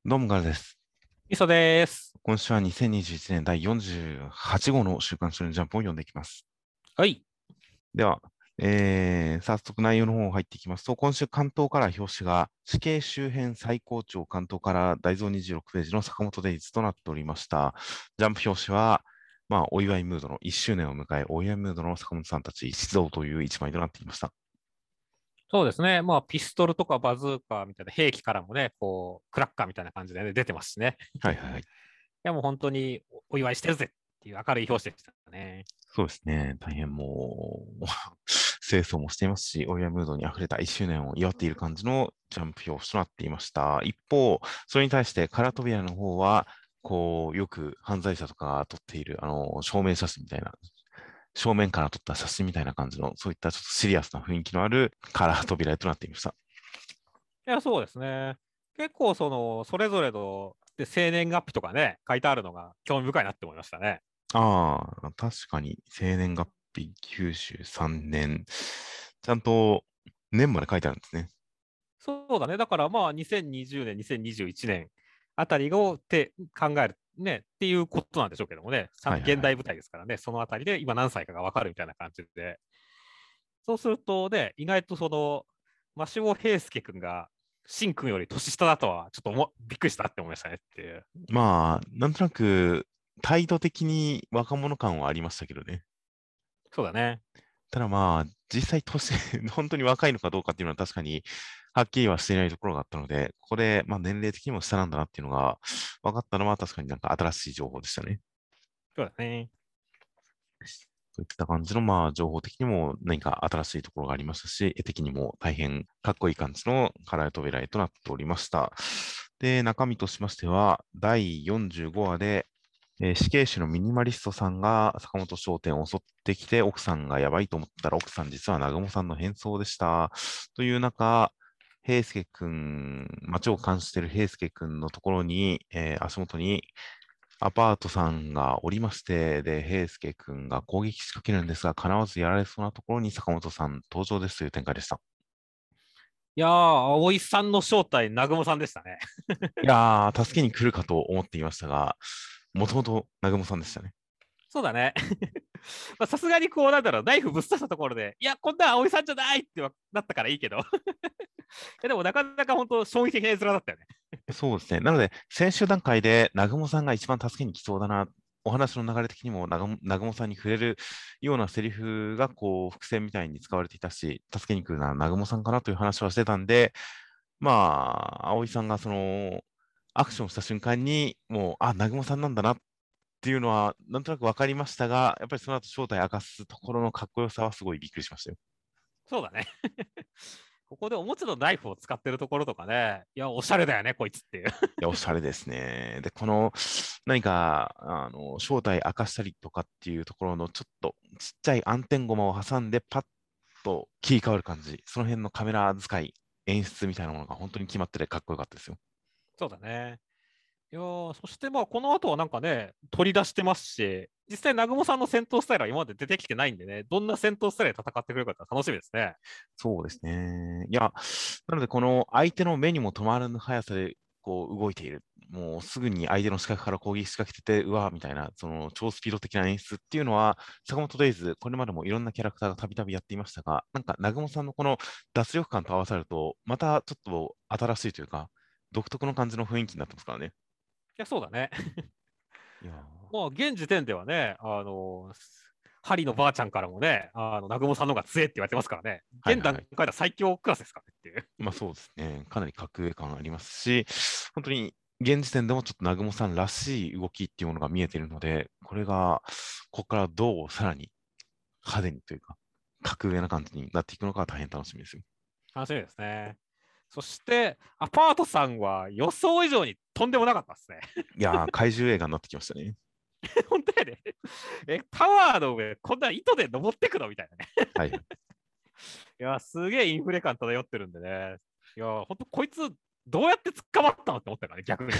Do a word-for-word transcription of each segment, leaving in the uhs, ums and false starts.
どうもガルです。 みそです。 今週はにせんにじゅういちねんだいよんじゅうはち号の週刊少年ジャンプを読んでいきます。 はい。 では、えー、早速内容の方入っていきますと、今週関東から表紙が死刑周辺最高潮関東から大蔵にじゅうろくページの坂本デイズとなっておりました。ジャンプ表紙は、まあ、お祝いムードのいっしゅうねんを迎え、お祝いムードの坂本さんたち一同という一枚となっていました。 そうですね。まあ、ピストルとかバズーカみたいな兵器からもね、こう、クラッカーみたいな感じでね、出てますしね。 はいはいはい。 いや、もう本当にお祝いしてるぜっていう明るい表紙でしたね。 そうですね。大変もう、清掃もしていますし、お祝いムードに溢れたいっしゅうねんを祝っている感じのジャンプ表紙となっていました。一方、それに対してカラトビアの方は、こう、よく犯罪者とかが撮っている、あの、証明写真みたいな、正面から撮った写真みたいな感じの、そういったちょっとシリアスな雰囲気のあるカラー扉絵となっていました。 いや、そうですね。結構、その、それぞれので生年月日とかね、書いてあるのが興味深いなって思いましたね。 ああ、確かに、生年月日きゅうじゅうさんねん、ちゃんと年まで書いてあるんですね。 そうだね。だからまあ、にせんにじゅうねん、にせんにじゅういちねんあたりをって考えるね、っていうことなんでしょうけどもね、ちゃんはいはいはい。 と現代舞台ですからね、そのあたりで今何歳かがわかるみたいな感じで、そうするとね、意外とその、マシモ平介君が、シン君より年下だとは、ちょっともびっくりしたって思いましたねっていう。 まあ、なんとなく、態度的に若者感はありましたけどね。 そうだね。 ただまあ、実際年、本当に若いのかどうかっていうのは確かに、はっきりはしていないところがあったので、ここで、まあ年齢的にも下なんだなっていうのが分かったのは確かになんか新しい情報でしたね。 そうだね。 そういった感じの、まあ、情報的にも何か新しいところがありましたし、絵的にも大変かっこいい感じのカラー扉絵となっておりました。で、中身としましては、だいよんじゅうごわで、えー死刑囚のミニマリストさんが坂本商店を襲ってきて、奥さんがやばいと思ったら、奥さん実は南雲さんの変装でした。という中、平介くん、街を監視している平介くんのところに、えー足元にアパートさんがおりまして、で、平介くんが攻撃仕掛けるんですが、必ずやられそうなところに坂本さん登場ですという展開でした。 いやー、葵さんの正体、南雲さんでしたね。 いやー、助けに来るかと思っていましたが、もともと南雲さんでしたね。 そうだね。さすがにこう、なんだろう、ナイフぶっ刺したところで、いや、こんな葵さんじゃないってなったからいいけど。いやでもなかなか本当、衝撃的な絵面だったよね。 そうですね。なので、先週段階で南雲さんが一番助けに来そうだな、お話の流れ的にも南雲南雲さんに触れるようなセリフが、こう、伏線みたいに使われていたし、助けに来るのは南雲さんかなという話はしてたんで、まあ、葵さんがその、アクションした瞬間に、もう、あ、南雲さんなんだなっていうのは、なんとなく分かりましたが、やっぱりその後正体明かすところのかっこよさはすごいびっくりしましたよ。 そうだね。ここでおもちゃのナイフを使ってるところとかね、いや、おしゃれだよね、こいつっていう。 いや、おしゃれですね。で、この、何か、あの、正体明かしたりとかっていうところの、ちょっとちっちゃい暗転ゴマを挟んで、パッと切り替わる感じ。その辺のカメラ使い、演出みたいなものが本当に決まっててかっこよかったですよ。 そうだね。いやーそしてまあ、この後はなんかね、取り出してますし、実際、南雲さんの戦闘スタイルは今まで出てきてないんでね、どんな戦闘スタイルで戦ってくれるかって楽しみですね。 そうですね。いや、なので、この相手の目にも止まらぬ速さで、こう、動いている。もうすぐに相手の視覚から攻撃仕掛けてて、うわーみたいな、その超スピード的な演出っていうのは、坂本デイズ、これまでもいろんなキャラクターがたびたびやっていましたが、なんか、南雲さんのこの脱力感と合わさると、またちょっと新しいというか、独特の感じの雰囲気になってますからね。 いや、そうだね。 いやー、 もう現時点ではね、あの、ハリーのばあちゃんからもね、あの、南雲さんの方が強いって言われてますからね、現段はいはいはい。 階では最強クラスですからねっていう。 まあそうですね。かなり格上感ありますし、本当に現時点でもちょっと南雲さんらしい動きっていうものが見えているので、これが、ここからどうさらに派手にというか、格上な感じになっていくのか大変楽しみですよ。 楽しみですね。そして、アパートさんは予想以上にとんでもなかったですね。 いやー、怪獣映画になってきましたね。 本当やね。え、タワーの上、こんな糸で登ってくのみたいなね。 はい。 いや、すげえインフレ感漂ってるんでね。いや、本当こいつ、どうやって捕まったのって思ったからね、逆に。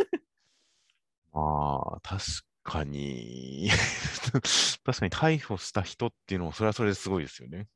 まあ、確かに確かに逮捕した人っていうのも、それはそれですごいですよね。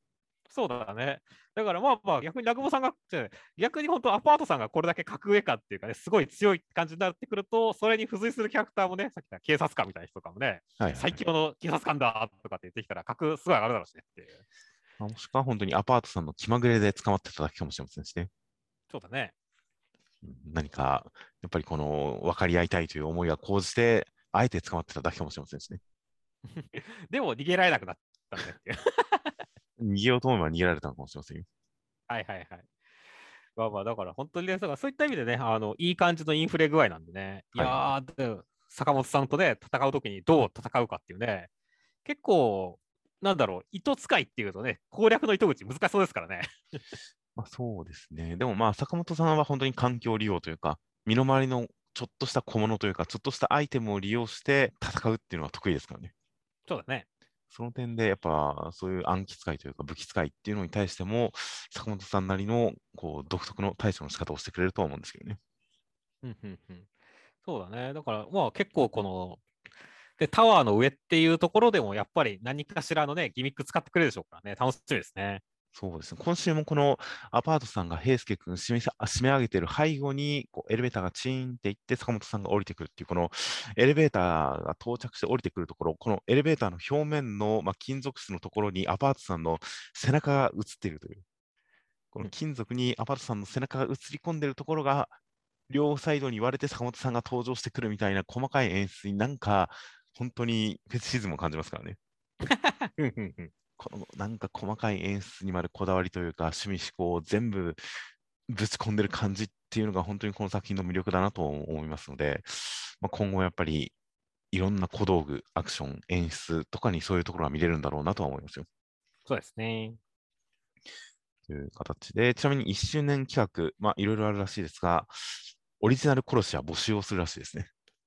そうだね。だからまあまあ逆に南久保さんが、逆に本当アパートさんがこれだけ格上かっていうかね、すごい強い感じになってくると、それに付随するキャラクターもね、さっき言った警察官みたいな人とかもね、 はいはいはい。 最強の警察官だとかって言ってきたら、格すごい上がるだろうしねっていう。 まあ、もしくは本当にアパートさんの気まぐれで捕まってただけかもしれませんしね。 そうだね。 うん何か、やっぱりこの分かり合いたいという思いが高じて、あえて捕まってただけかもしれませんしね。 でも逃げられなくなったんだっていう。 逃げようと思えば逃げられたのかもしれませんよ。 はいはいはい。まあまあ、だから本当にね、だからそういった意味でね、あの、いい感じのインフレ具合なんでね、いはいはい。 やー、で坂本さんとね、戦うときにどう戦うかっていうね、結構、なんだろう、糸使いっていうとね、攻略の糸口難しそうですからね。 まあ、そうですね。でもまあ、坂本さんは本当に環境利用というか、身の回りのちょっとした小物というか、ちょっとしたアイテムを利用して戦うっていうのは得意ですからね。 そうだね。 その点で、やっぱそういう暗記使いというか武器使いっていうのに対しても、坂本さんなりのこう独特の対処の仕方をしてくれるとは思うんですけどね。 うんうんうん。そうだね。だから、まあ結構この、で、タワーの上っていうところでも、やっぱり何かしらのね、ギミック使ってくれるでしょうからね、楽しみですね。 そうですね。今週もこのアパートさんが平介君締めさ締め上げている背後にこうエレベーターがチーンっていって坂本さんが降りてくるっていう、このエレベーターが到着して降りてくるところ、このエレベーターの表面の、まあ、金属質のところにアパートさんの背中が映っているという、この金属にアパートさんの背中が映り込んでいるところが両サイドに割れて坂本さんが登場してくるみたいな細かい演出になんか本当にフェチシズムを感じますからね。 うんうんうん。 このなんか細かい演出にまでこだわりというか、趣味思考を全部ぶち込んでる感じっていうのが本当にこの作品の魅力だなと思いますので、まあ、今後やっぱりいろんな小道具、アクション、演出とかにそういうところが見れるんだろうなとは思いますよ。 そうですね。 という形で、ちなみにいっしゅうねん企画、まあいろいろあるらしいですが、オリジナル殺しは募集をするらしいですね。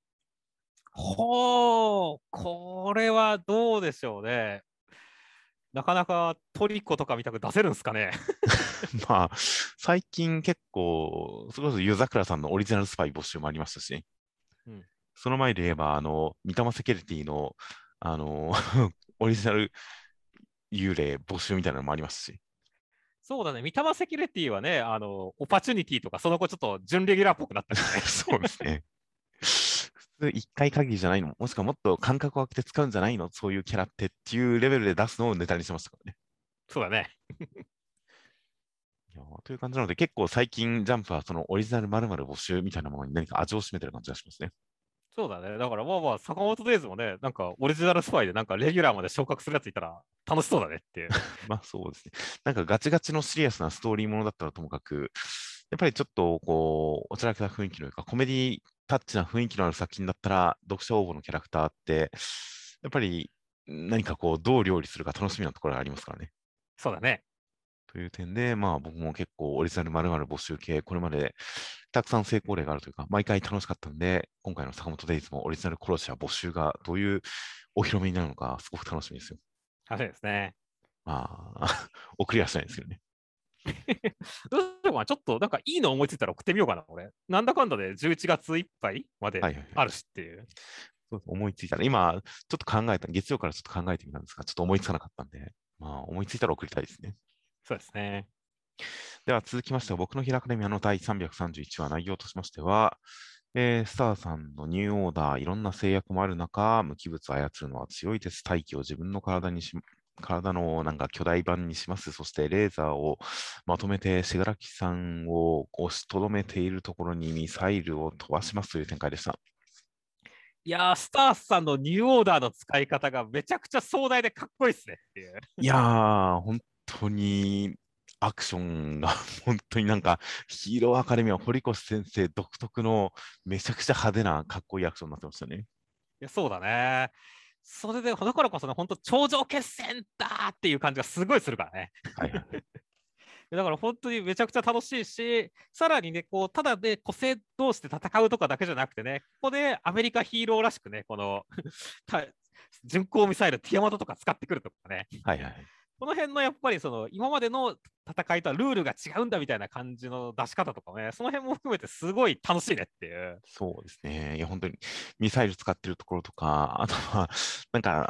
ほう、これはどうでしょうね。なかなかトリコとか見たく出せるんですかね。 まあ、最近結構、それこそ湯桜さんのオリジナルスパイ募集もありましたし、 うん、 その前で言えば、あの、三玉セキュリティの、あの、オリジナル幽霊募集みたいなのもありますし。 そうだね、三玉セキュリティはね、あの、オパチュニティとか、その子ちょっと準レギュラーっぽくなったからね。 そうですね。普通いっかい限りじゃないのもしくはもっと間隔を空けて使うんじゃないのそういうキャラってっていうレベルで出すのをネタにしましたからね。 そうだね。 いやーという感じなので、結構最近、ジャンプはそのオリジナル〇〇募集みたいなものに何か味を占めてる感じがしますね。 そうだね。だからまあまあ、坂本デイズもね、なんかオリジナルスパイでなんかレギュラーまで昇格するやついたら楽しそうだねっていう。 まあそうですね。なんかガチガチのシリアスなストーリーものだったらともかく、やっぱりちょっとこう、おちゃらけた雰囲気というか、コメディタッチな雰囲気のある作品だったら、読者応募のキャラクターって、やっぱり何かこう、どう料理するか楽しみなところがありますからね。 そうだね。 という点で、まあ僕も結構オリジナル〇〇募集系、これまでたくさん成功例があるというか、毎回楽しかったんで、今回の坂本デイズもオリジナル殺しや募集がどういうお披露目になるのか、すごく楽しみですよ。 楽しみですね。 まあ、送りはしないですけどね。 どうしようかな。ちょっとなんかいいの思いついたら送ってみようかな、俺。なんだかんだでじゅういちがついっぱいまではいはいはい。 あるしっていう。 そう思いついたら、今、ちょっと考えた、月曜からちょっと考えてみたんですが、ちょっと思いつかなかったんで、まあ、思いついたら送りたいですね。 そうですね。 では続きまして、僕のヒラアカデミアの第さんびゃくさんじゅういちわ内容としましては、えースターさんのニューオーダー、いろんな制約もある中、無機物を操るのは強いです。大気を自分の体にし、体のなんか巨大版にします。そしてレーザーをまとめて、信楽さんを押しとどめているところにミサイルを飛ばしますという展開でした。 いやー、スターさんのニューオーダーの使い方がめちゃくちゃ壮大でかっこいいっすねっていう。 いやー、本当にアクションが本当になんかヒーローアカデミア堀越先生独特のめちゃくちゃ派手なかっこいいアクションになってましたね。 いや、そうだね。それで、だからこそね、本当頂上決戦だっていう感じがすごいするからね。 はいはいはい。 だから本当にめちゃくちゃ楽しいし、さらにね、こう、ただで個性同士で戦うとかだけじゃなくてね、ここでアメリカヒーローらしくね、この巡航ミサイル、ティアマトとか使ってくるとかね、 はいはい。 この辺のやっぱりその今までの戦いとはルールが違うんだみたいな感じの出し方とかね、その辺も含めてすごい楽しいねっていう。 そうですね。いや、本当にミサイル使ってるところとか、あとは、なんか、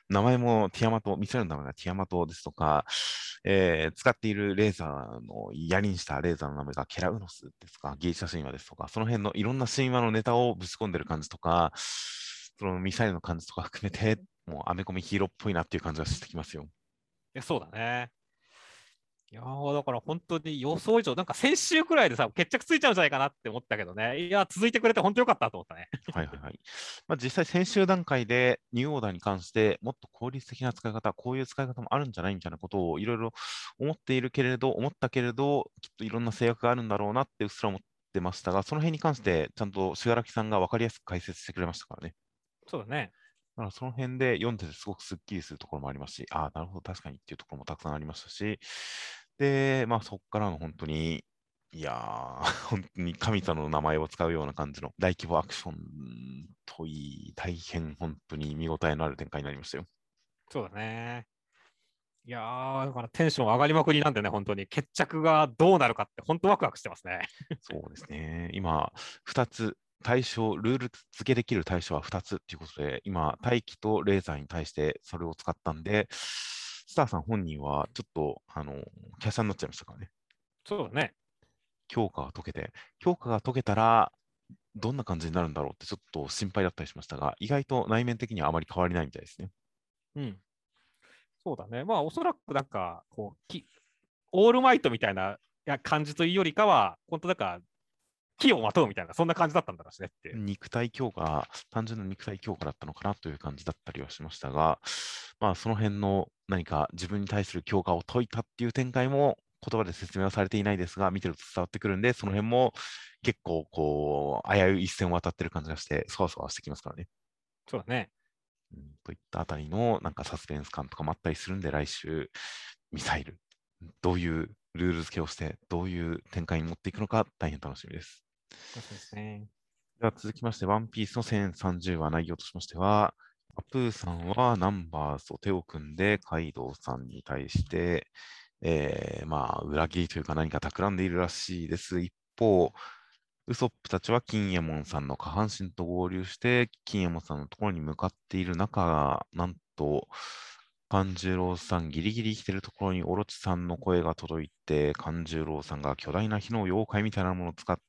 名前もティアマト、ミサイルの名前がティアマトですとか、えー使っているレーザーの槍にしたレーザーの名前がケラウノスですとか、ギリシャ神話ですとか、その辺のいろんな神話のネタをぶち込んでる感じとか、そのミサイルの感じとか含めて、もうアメコミヒーローっぽいなっていう感じがしてきますよ。 いや、そうだね。いやーだから本当に予想以上、なんか先週くらいでさ、決着ついちゃうんじゃないかなって思ったけどね。いや、続いてくれて本当よかったと思ったね。 はいはいはい。まあ、実際、先週段階でニューオーダーに関して、もっと効率的な使い方、こういう使い方もあるんじゃないみたいなことをいろいろ思っているけれど、思ったけれど、きっといろんな制約があるんだろうなってうっすら思ってましたが、その辺に関して、ちゃんと信楽さんが分かりやすく解説してくれましたからね。 そうだね。 だからその辺で読んでてすごくスッキリするところもありますし、ああ、なるほど、確かにっていうところもたくさんありましたし、で、まあそこからの本当に、いやー、本当に神様の名前を使うような感じの大規模アクションといい、大変本当に見応えのある展開になりましたよ。 そうだね。いやー、だからテンション上がりまくりなんでね、本当に。決着がどうなるかって、本当ワクワクしてますね。 そうですね。今、ふたつ、対象、ルール付けできる対象はふたつということで、今、大気とレーザーに対してそれを使ったんで、スターさん本人はちょっと、あの、キャシャになっちゃいましたからね。 そうだね。 強化が解けて、強化が解けたら、どんな感じになるんだろうってちょっと心配だったりしましたが、意外と内面的にはあまり変わりないみたいですね。 うん。そうだね。まあ、おそらくなんか、こう、きオールマイトみたいないや感じというよりかは、本当だから、木をまとうみたいな、そんな感じだったんだろうしねっていう。 肉体強化、単純な肉体強化だったのかなという感じだったりはしましたが、まあ、その辺の何か自分に対する強化を解いたっていう展開も言葉で説明はされていないですが、見てると伝わってくるんで、その辺も結構こう、危うい一線を渡ってる感じがして、そわそわしてきますからね。 そうだね。 うん、といったあたりのなんかサスペンス感とかもあったりするんで、来週、ミサイル、どういうルール付けをして、どういう展開に持っていくのか、大変楽しみです。 そうですね。 では続きまして、ワンピースのせんさんじゅうわ内容としましては、アプーさんはナンバーズと手を組んで、カイドウさんに対して、えー、まあ、裏切りというか何か企んでいるらしいです。一方、ウソップたちは金右衛門さんの下半身と合流して、金右衛門さんのところに向かっている中、なんと、勘十郎さんギリギリ生きてるところにオロチさんの声が届いて、勘十郎さんが巨大な火の妖怪みたいなものを使って、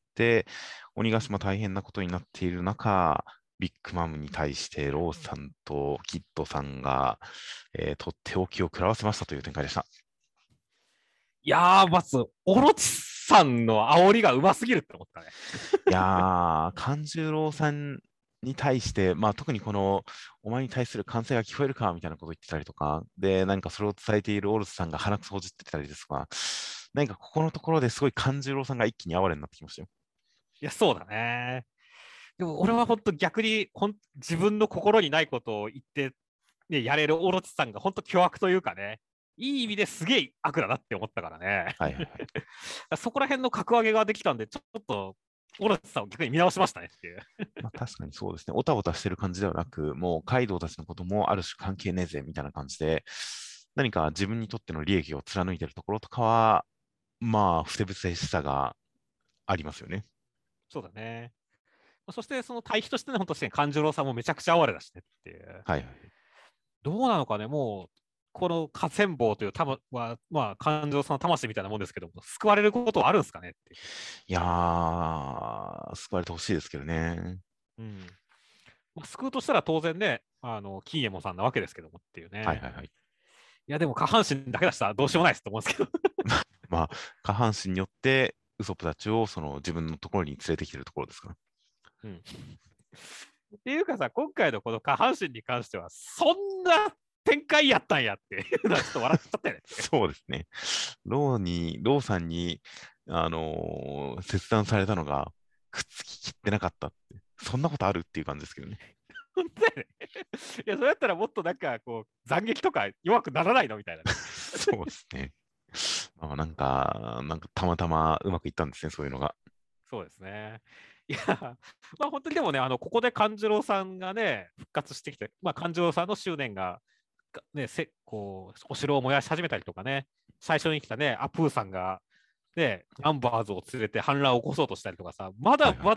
鬼ヶ島大変なことになっている中、ビッグマムに対してローさんとキッドさんが、えーとっておきを食らわせましたという展開でした。 いやー、まず、オロチさんの煽りがうますぎるって思ったね。 いやー、勘十郎さんに対して、まあ、特にこの、お前に対する歓声が聞こえるかみたいなことを言ってたりとか、で、なんかそれを伝えているオルスさんが鼻くそほじってたりですとか、何かここのところですごい勘十郎さんが一気に哀れになってきましたよ。 いや、そうだね。でも俺は本当逆にほん自分の心にないことを言って、ね、やれるオロチさんが本当巨悪というかね、いい意味ですげえ悪だなって思ったからね。 はいはいはい。 そこら辺の格上げができたんで、ちょっとオロチさんを逆に見直しましたねっていう。 まあ、確かにそうですね。おたおたしてる感じではなく、もうカイドウたちのこともある種関係ねえぜみたいな感じで、何か自分にとっての利益を貫いてるところとかは、まあ、ふてぶてしさがありますよね。 そうだね。そしてその対比としてね、本当に勘十郎さんもめちゃくちゃ哀れだしねっていう。 はいはい。 どうなのかね、もう、この河川坊という玉は、まあ、勘十郎さんの魂みたいなもんですけども、救われることはあるんですかねっていう。 いやー、救われてほしいですけどね。 うんまあ、救うとしたら当然ね、あの金右衛門さんなわけですけどもっていうね。 はいはいはい。 いや、でも下半身だけ出したらどうしようもないですと思うんですけど。 まあ、下半身によってウソップたちをその自分のところに連れてきてるところですから。 うん、っていうかさ、今回のこの下半身に関しては、そんな展開やったんやっていうのはちょっと笑っちゃったよね。 そうですね。ローに、ローさんに、あのー切断されたのがくっつききってなかったって、そんなことあるっていう感じですけどね。 本当だよね。いや、それだったらもっとなんかこう、斬撃とか弱くならないのみたいなね。 そうですね。まあ、なんか、なんかたまたまうまくいったんですね、そういうのが。 そうですね。いや、まあ本当にでもね、あのここで勘十郎さんがね、復活してきて、まあ、勘十郎さんの執念が、がね、せこうお城を燃やし始めたりとかね、最初に来たね、アプーさんが、ね、アンバーズを連れて反乱を起こそうとしたりとかさ、まだはいはい。 まだ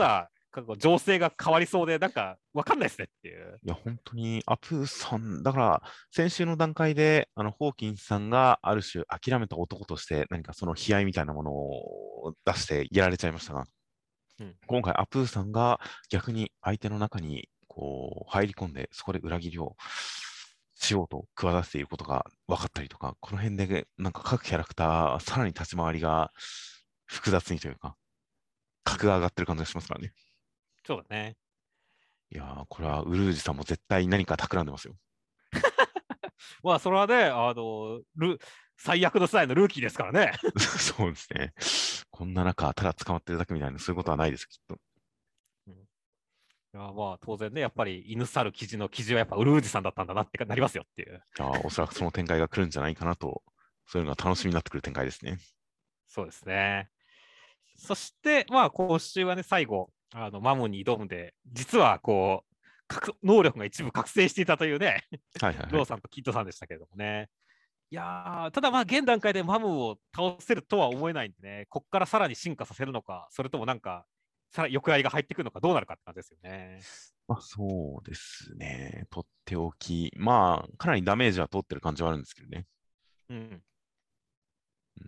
かこう情勢が変わりそうで、なんかわかんないですねっていう。 いや、本当にアプーさん、だから先週の段階で、あの、ホーキンスさんがある種諦めた男として何かその悲哀みたいなものを出してやられちゃいましたが、 うん、 今回アプーさんが逆に相手の中にこう入り込んで、そこで裏切りをしようと企てていることが分かったりとか、この辺でなんか各キャラクター、さらに立ち回りが複雑にというか、 うん、 格が上がってる感じがしますからね。 そうだね。 いやー、これはウルージさんも絶対何か企んでますよ。 まあ、それはね、あの、ル最悪の際のルーキーですからね。 そうですね。こんな中、ただ捕まってるだけみたいな、そういうことはないです、きっと。 うん、いやまあ、当然ね、やっぱり犬猿記事の記事はやっぱウルージさんだったんだなってなりますよっていう。 いやー、おそらくその展開が来るんじゃないかなと、そういうのが楽しみになってくる展開ですね。 そうですね。そして、まあ、今週はね、最後、あのマムに挑むで、実はこう、能力が一部覚醒していたというね、 はいはいはい。 ローさんとキッドさんでしたけれどもね。いやー、ただまあ、現段階でマムを倒せるとは思えないんでね、ここからさらに進化させるのか、それともなんか、さら欲合いが入ってくるのか、どうなるかって感じですよね。 まあそうですね。とっておき。まあ、かなりダメージは通ってる感じはあるんですけどね。 うん。 うん、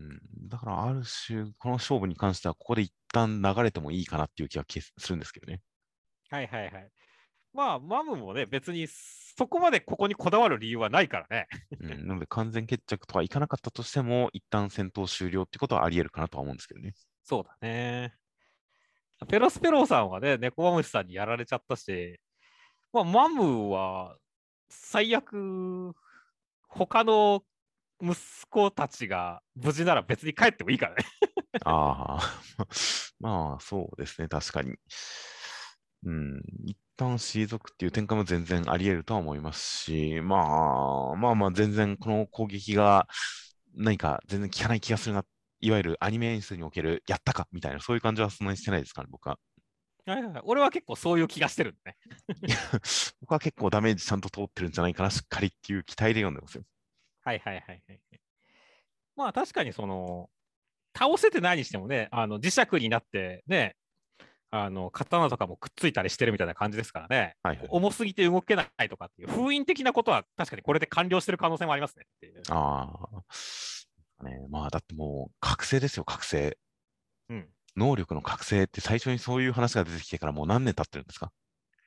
だから、ある種、この勝負に関しては、ここで一旦流れてもいいかなっていう気はするんですけどね。 はいはいはい。まあ、マムもね、別にそこまでここにこだわる理由はないからね。 うん、なので、完全決着とはいかなかったとしても、一旦戦闘終了ってことはあり得るかなとは思うんですけどね。 そうだね。ペロスペローさんはね、猫マムシさんにやられちゃったし、まあ、マムは最悪、他の息子たちが無事なら別に帰ってもいいからね。 ああ、まあ、そうですね、確かに。うん、一旦退くっていう展開も全然あり得るとは思いますし、まあ、まあまあ、全然この攻撃が何か全然効かない気がするな。いわゆるアニメ演出におけるやったかみたいな、そういう感じはそんなにしてないですかね、僕は。 はいはいはい、俺は結構そういう気がしてるんでね。 いや僕は結構ダメージちゃんと通ってるんじゃないかな、しっかりっていう期待で読んでますよ。 はいはいはいはい。まあ確かにその、倒せてないにしてもね、あの磁石になってね、あの刀とかもくっついたりしてるみたいな感じですからね、 はいはい。 重すぎて動けないとかっていう封印的なことは確かにこれで完了してる可能性もありますねっていう。 ああ、ね、まあ、だってもう、覚醒ですよ、覚醒。 うん。 能力の覚醒って最初にそういう話が出てきてからもう何年経ってるんですか？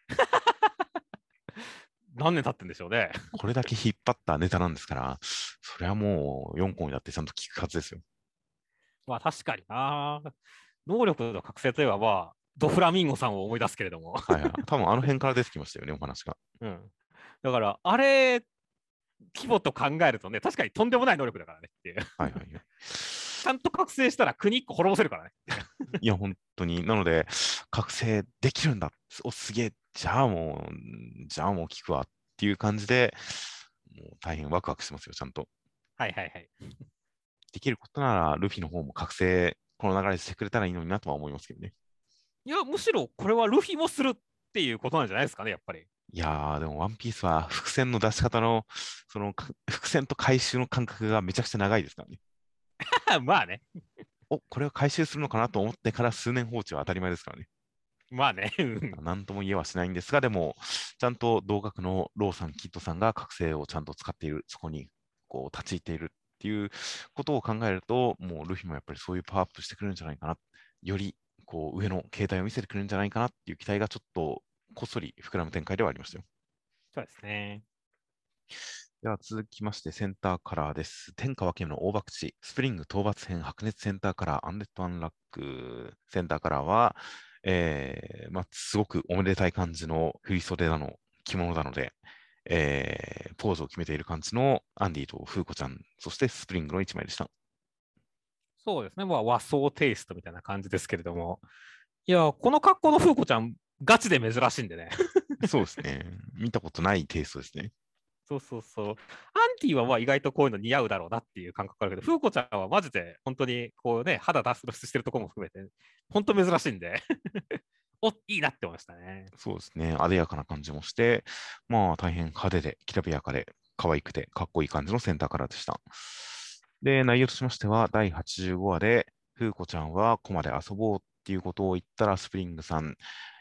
何年経ってんでしょうね。 これだけ引っ張ったネタなんですから、それはもうよんこになってちゃんと聞くはずですよ。 まあ確かにな。能力の覚醒といえば、まあ、ドフラミンゴさんを思い出すけれども。 はいはい。多分あの辺から出てきましたよね、お話が。 うん。だから、あれ、規模と考えるとね、確かにとんでもない能力だからねっていう。 はいはいはい。 ちゃんと覚醒したら国一個滅ぼせるからね。 いや、本当に。なので、覚醒できるんだ。お、すげえ。じゃあもう、じゃあもう聞くわっていう感じで、もう大変ワクワクしてますよ、ちゃんと。 はいはいはい。 できることなら、ルフィの方も覚醒、この流れしてくれたらいいのになとは思いますけどね。 いや、むしろこれはルフィもするっていうことなんじゃないですかね、やっぱり。 いやー、でもワンピースは伏線の出し方の、そのか伏線と回収の間隔がめちゃくちゃ長いですからね。 まあね。 お、これを回収するのかなと思ってから数年放置は当たり前ですからね。 まあね。うんなんとも言えはしないんですが、でも、ちゃんと同学のローさん、キッドさんが覚醒をちゃんと使っている、そこにこう立ち入っているっていうことを考えると、もうルフィもやっぱりそういうパワーアップしてくるんじゃないかな。よりこう上の形態を見せてくるんじゃないかなっていう期待がちょっとこっそり膨らむ展開ではありましたよ。 そうですね。 では続きまして、センターカラーです。天下分け目の大博打、スプリング討伐編白熱センターカラー、アンデッド・アンラック。センターカラーは、えーまあ、すごくおめでたい感じの振袖だの、着物なので、えーポーズを決めている感じのアンディとフーコちゃん、そしてスプリングのいちまいでした。 そうですね。まあ和装テイストみたいな感じですけれども。いや、この格好の風子ちゃん、ガチで珍しいんでね。 そうですね。見たことないテイストですね。 そうそうそう。アンティはまあ意外とこういうの似合うだろうなっていう感覚あるけど、風子ちゃんはマジで本当にこうね、肌出す露出してるところも含めて、本当珍しいんでお、いいなって思いましたね。 そうですね。艶やかな感じもして、まあ大変派手で、きらびやかで、可愛くて、かっこいい感じのセンターカラーでした。で、内容としましては、だいはちじゅうごわで、ふうこちゃんはコマで遊ぼうっていうことを言ったら、スプリングさん、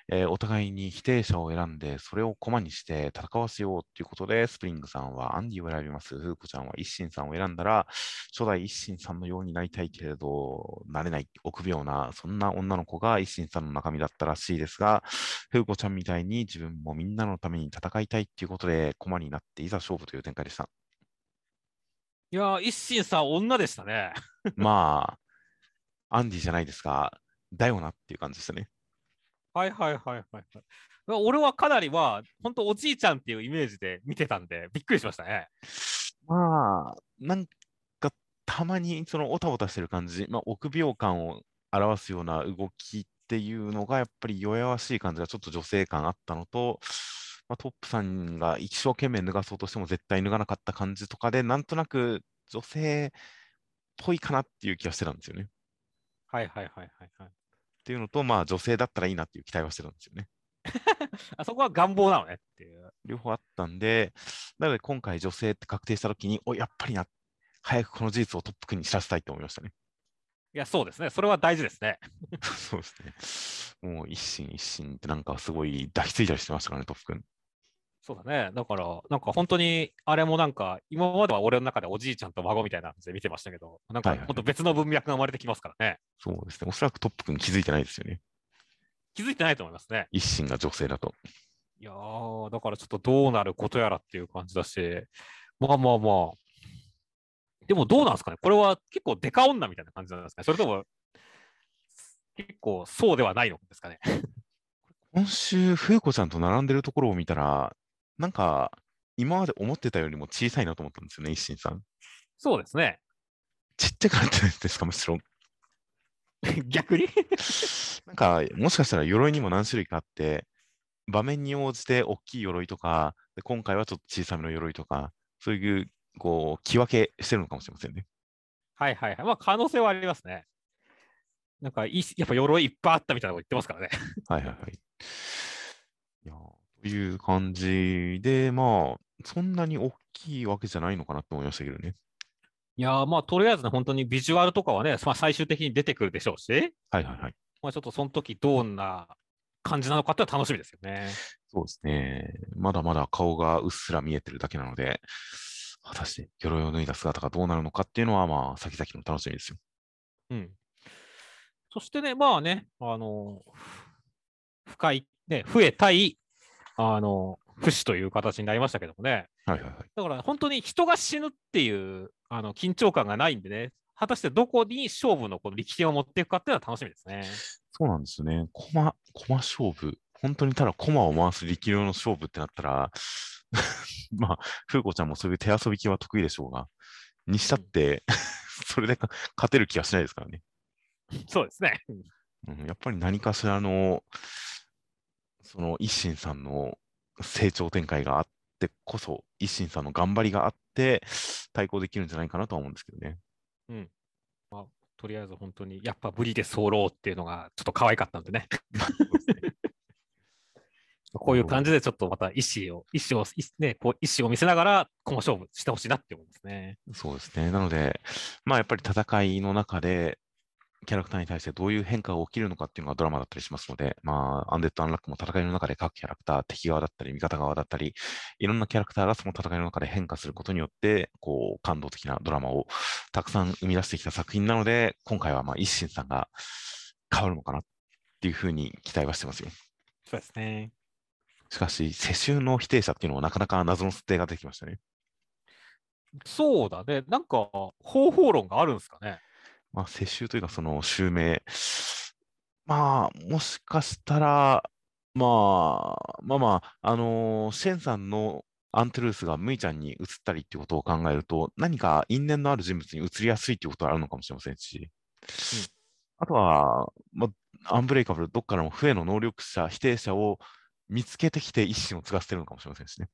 えーお互いに否定者を選んで、それを駒にして戦わせようということで、スプリングさんはアンディを選びます。フーコちゃんは一心さんを選んだら、初代一心さんのようになりたいけれど、なれない、臆病な、そんな女の子が一心さんの中身だったらしいですが、フーコちゃんみたいに自分もみんなのために戦いたいということで、駒になっていざ勝負という展開でした。 いやー、一心さん、女でしたね。 まあ、アンディじゃないですが、だよなっていう感じでしたね。 はいはいはいはいはい。俺はかなりは、本当おじいちゃんっていうイメージで見てたんで、びっくりしましたね。 まあ、なんかたまにそのオタオタしてる感じ、まあ、臆病感を表すような動きっていうのがやっぱり弱々しい感じがちょっと女性感あったのと、まあ、トップさんが一生懸命脱がそうとしても絶対脱がなかった感じとかで、なんとなく女性っぽいかなっていう気がしてたんですよね。っはいはいはいはいはい。 ていうのと、まあ女性だったらいいなっていう期待はしてたんですよね。 あそこは願望なのねっていう。 両方あったんで、なので今回女性って確定したときに、お、やっぱりな、早くこの事実をトップ君に知らせたいと思いましたね。 いや、そうですね。それは大事ですね。 そうですね。もう一心一心ってなんかすごい抱きついたりしてましたからね、トップ君。 そうだね。だから、なんか本当に、あれもなんか、今までは俺の中でおじいちゃんと孫みたいな感じで見てましたけど、なんかはいはいはい。 本当別の文脈が生まれてきますからね。 そうですね。おそらくトップ君気づいてないですよね。 気づいてないと思いますね。 一心が女性だと。 いやー、だからちょっとどうなることやらっていう感じだし、まあまあまあ、でもどうなんですかね。これは結構デカ女みたいな感じなんですかね。それとも結構そうではないのですかね。 今週、風子ちゃんと並んでるところを見たら、なんか、今まで思ってたよりも小さいなと思ったんですよね、一心さん。 そうですね。 ちっちゃくなってないですか、むしろ。 逆になんか、もしかしたら鎧にも何種類かあって、場面に応じて大きい鎧とか、で今回はちょっと小さめの鎧とか、そういう、こう、着分けしてるのかもしれませんね。 はいはいはい。まあ可能性はありますね。なんかいい、やっぱ鎧いっぱいあったみたいなこと言ってますからね。 はいはいはい。いやーという感じで、まあ、そんなに大きいわけじゃないのかなって思いましたけどね。 いやーまあとりあえずね、本当にビジュアルとかはね、まあ、最終的に出てくるでしょうし、 はいはいはい。 まあ、ちょっとその時どんな感じなのかっていうのは楽しみですよね。 そうですね。まだまだ顔がうっすら見えてるだけなので、果たして鎧を脱いだ姿がどうなるのかっていうのは、まあ、先々の楽しみですよ。 うん。そしてね、まあね、あの、深い、ね、増えたい、あの、不死という形になりましたけどもね。 はいはいはい。 だから本当に人が死ぬっていうあの緊張感がないんでね、果たしてどこに勝負のこの力点を持っていくかっていうのは楽しみですね。 そうなんですよね。駒、駒勝負。本当にただ駒を回す力量の勝負ってなったら、まあ、風子ちゃんもそういう手遊び系は得意でしょうが、にしたっうん、 てそれでか勝てる気がしないですからね。 そうですね。 うん、やっぱり何かしらの、その一心さんの成長展開があってこそ、一心さんの頑張りがあって、対抗できるんじゃないかなとは思うんですけどね。 うん。まあ、とりあえず本当に、やっぱブリで候っていうのがちょっと可愛かったんでね。 そうですね。 こういう感じでちょっとまた意思を、意思を、ね、こう意思を見せながら、この勝負してほしいなって思いますね。 そうですね。なので、まあやっぱり戦いの中で、キャラクターに対してどういう変化が起きるのかっていうのがドラマだったりしますので、まあ、アンデッド・アンラックも戦いの中で各キャラクター、敵側だったり、味方側だったり、いろんなキャラクターがその戦いの中で変化することによって、こう、感動的なドラマをたくさん生み出してきた作品なので、今回はまあ、一心さんが変わるのかなっていうふうに期待はしてますよ。 そうですね。 しかし、世襲の否定者っていうのはなかなか謎の設定が出てきましたね。 そうだね。なんか、方法論があるんですかね。 まあ、世襲というか、その襲名。まあ、もしかしたら、まあ、まあまあ、あのーシェンさんのアントゥルースがムイちゃんに移ったりっていうことを考えると、何か因縁のある人物に移りやすいっていうことはあるのかもしれませんし、 うん。 あとは、まあ、アンブレイカブル、どっからも不の能力者、否定者を見つけてきて一心を継がせてるのかもしれませんしね。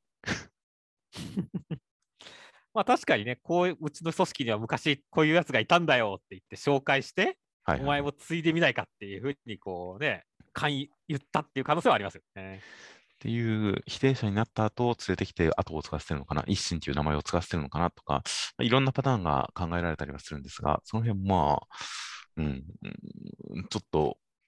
まあ確かにね、こういう、うちの組織には昔こういうやつがいたんだよって言って紹介して、 はいはいはい。 お前も継いでみないかっていうふうにこうね、勧誘言ったっていう可能性はありますよね。 っていう否定者になった後、連れてきて後を継がせてるのかな、一心という名前を継がせてるのかなとか、いろんなパターンが考えられたりはするんですが、その辺まあ、うん、うんちょっと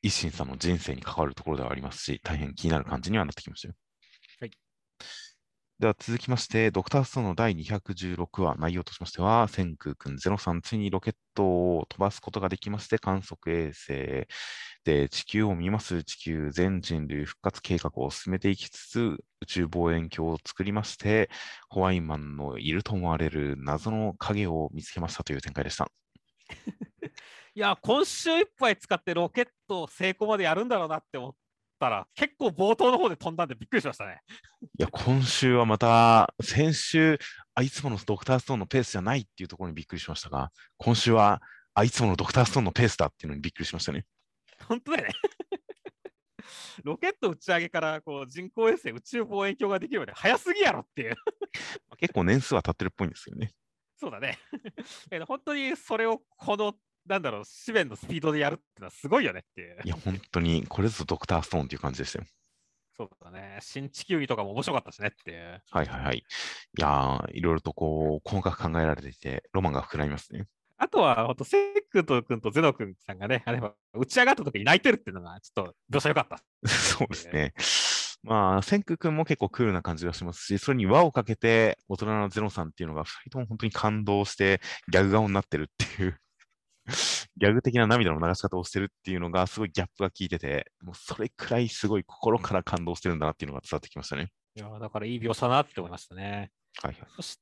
一心さんの人生に関わるところではありますし、大変気になる感じにはなってきましたよ。 はい。 では続きまして、ドクターストーンのだいにひゃくじゅうろくわ、内容としましては、千空くんゼロさん、ついにロケットを飛ばすことができまして、観測衛星で地球を見ます地球全人類復活計画を進めていきつつ、宇宙望遠鏡を作りまして、ホワイマンのいると思われる謎の影を見つけましたという展開でした。 いや、今週いっぱい使ってロケットを成功までやるんだろうなって思ったら、結構冒頭の方で飛んだんでびっくりしましたね。 いや、今週はまた、先週、あいつものドクターストーンのペースじゃないっていうところにびっくりしましたが、今週は、あいつものドクターストーンのペースだっていうのにびっくりしましたね。 本当だよね。ロケット打ち上げからこう人工衛星宇宙望遠鏡ができるまで早すぎやろっていう。 結構年数は経ってるっぽいんですよね。 そうだね。本当にそれをこの、なんだろう、紙面のスピードでやるってのはすごいよねっていう。 いや、本当に、これぞドクターストーンっていう感じでしたよ。 そうだね。新地球儀とかも面白かったしねっていう。 はいはいはい。いやー、いろいろとこう、細かく考えられていて、ロマンが膨らみますね。 あとは、ほんと、セックと君とゼノ君さんがね、あれば打ち上がった時に泣いてるっていうのが、ちょっと描写良かった。 そうですね。まあ、千空君も結構クールな感じがしますし、それに輪をかけて、大人のゼロさんっていうのが、ふたりとも本当に感動して、ギャグ顔になってるっていうギャグ的な涙の流し方をしてるっていうのが、すごいギャップが効いてて、もうそれくらいすごい心から感動してるんだなっていうのが伝わってきましたね。 いや、だからいい描写だなって思いましたね。 はいはい。 そして、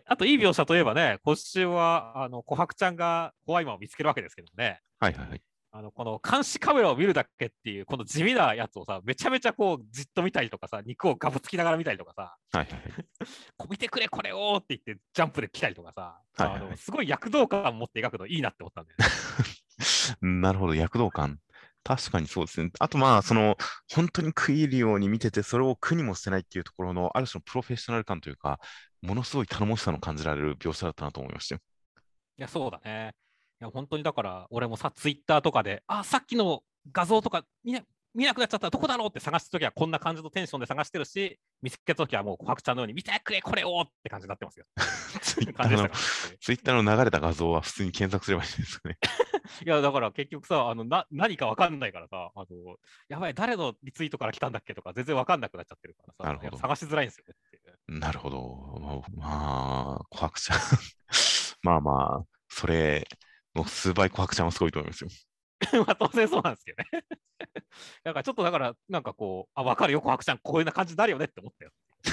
あといい描写といえばね、今週は、あの、琥珀ちゃんがホワイマンを見つけるわけですけどね。 はいはいはい。 あの、この監視カメラを見るだけっていう、この地味なやつをさ、めちゃめちゃこう、じっと見たりとかさ、肉をガブつきながら見たりとかさ、 はいはいはい。 こ見てくれ、これをって言って、ジャンプで来たりとかさ、あの、 はいはいはい。 すごい躍動感を持って描くのいいなって思ったんだよね。 なるほど、躍動感。確かにそうですね。あとまあ、その、本当に食い入るように見てて、それを苦にもしてないっていうところの、ある種のプロフェッショナル感というか、ものすごい頼もしさの感じられる描写だったなと思いましたよ。 いや、そうだね。いや、本当にだから、俺もさ、ツイッターとかで、あ、さっきの画像とか見な見なくなっちゃったらどこだろうって探すときは、こんな感じのテンションで探してるし、見つけたときはもう、琥珀ちゃんのように、見てくれ、これをって感じになってますよ。 ツイッターの、 感じでしたからね。 ツイッターの流れた画像は普通に検索すればいいんですかね。 いや、だから結局さ、あのな何かわかんないからさ、あの、やばい、誰のリツイートから来たんだっけとか、全然わかんなくなっちゃってるからさ、 なるほど。 いや探しづらいんですよねっていう。 なるほど。まあ、まあ、琥珀ちゃんまあまあ、それの数倍琥珀ちゃんはすごいと思いますよ。 まあ当然そうなんですけどね。だからちょっとだから、なんかこう、あ、わかるよ、琥珀ちゃん、こういうな感じになるよねって思ったよ。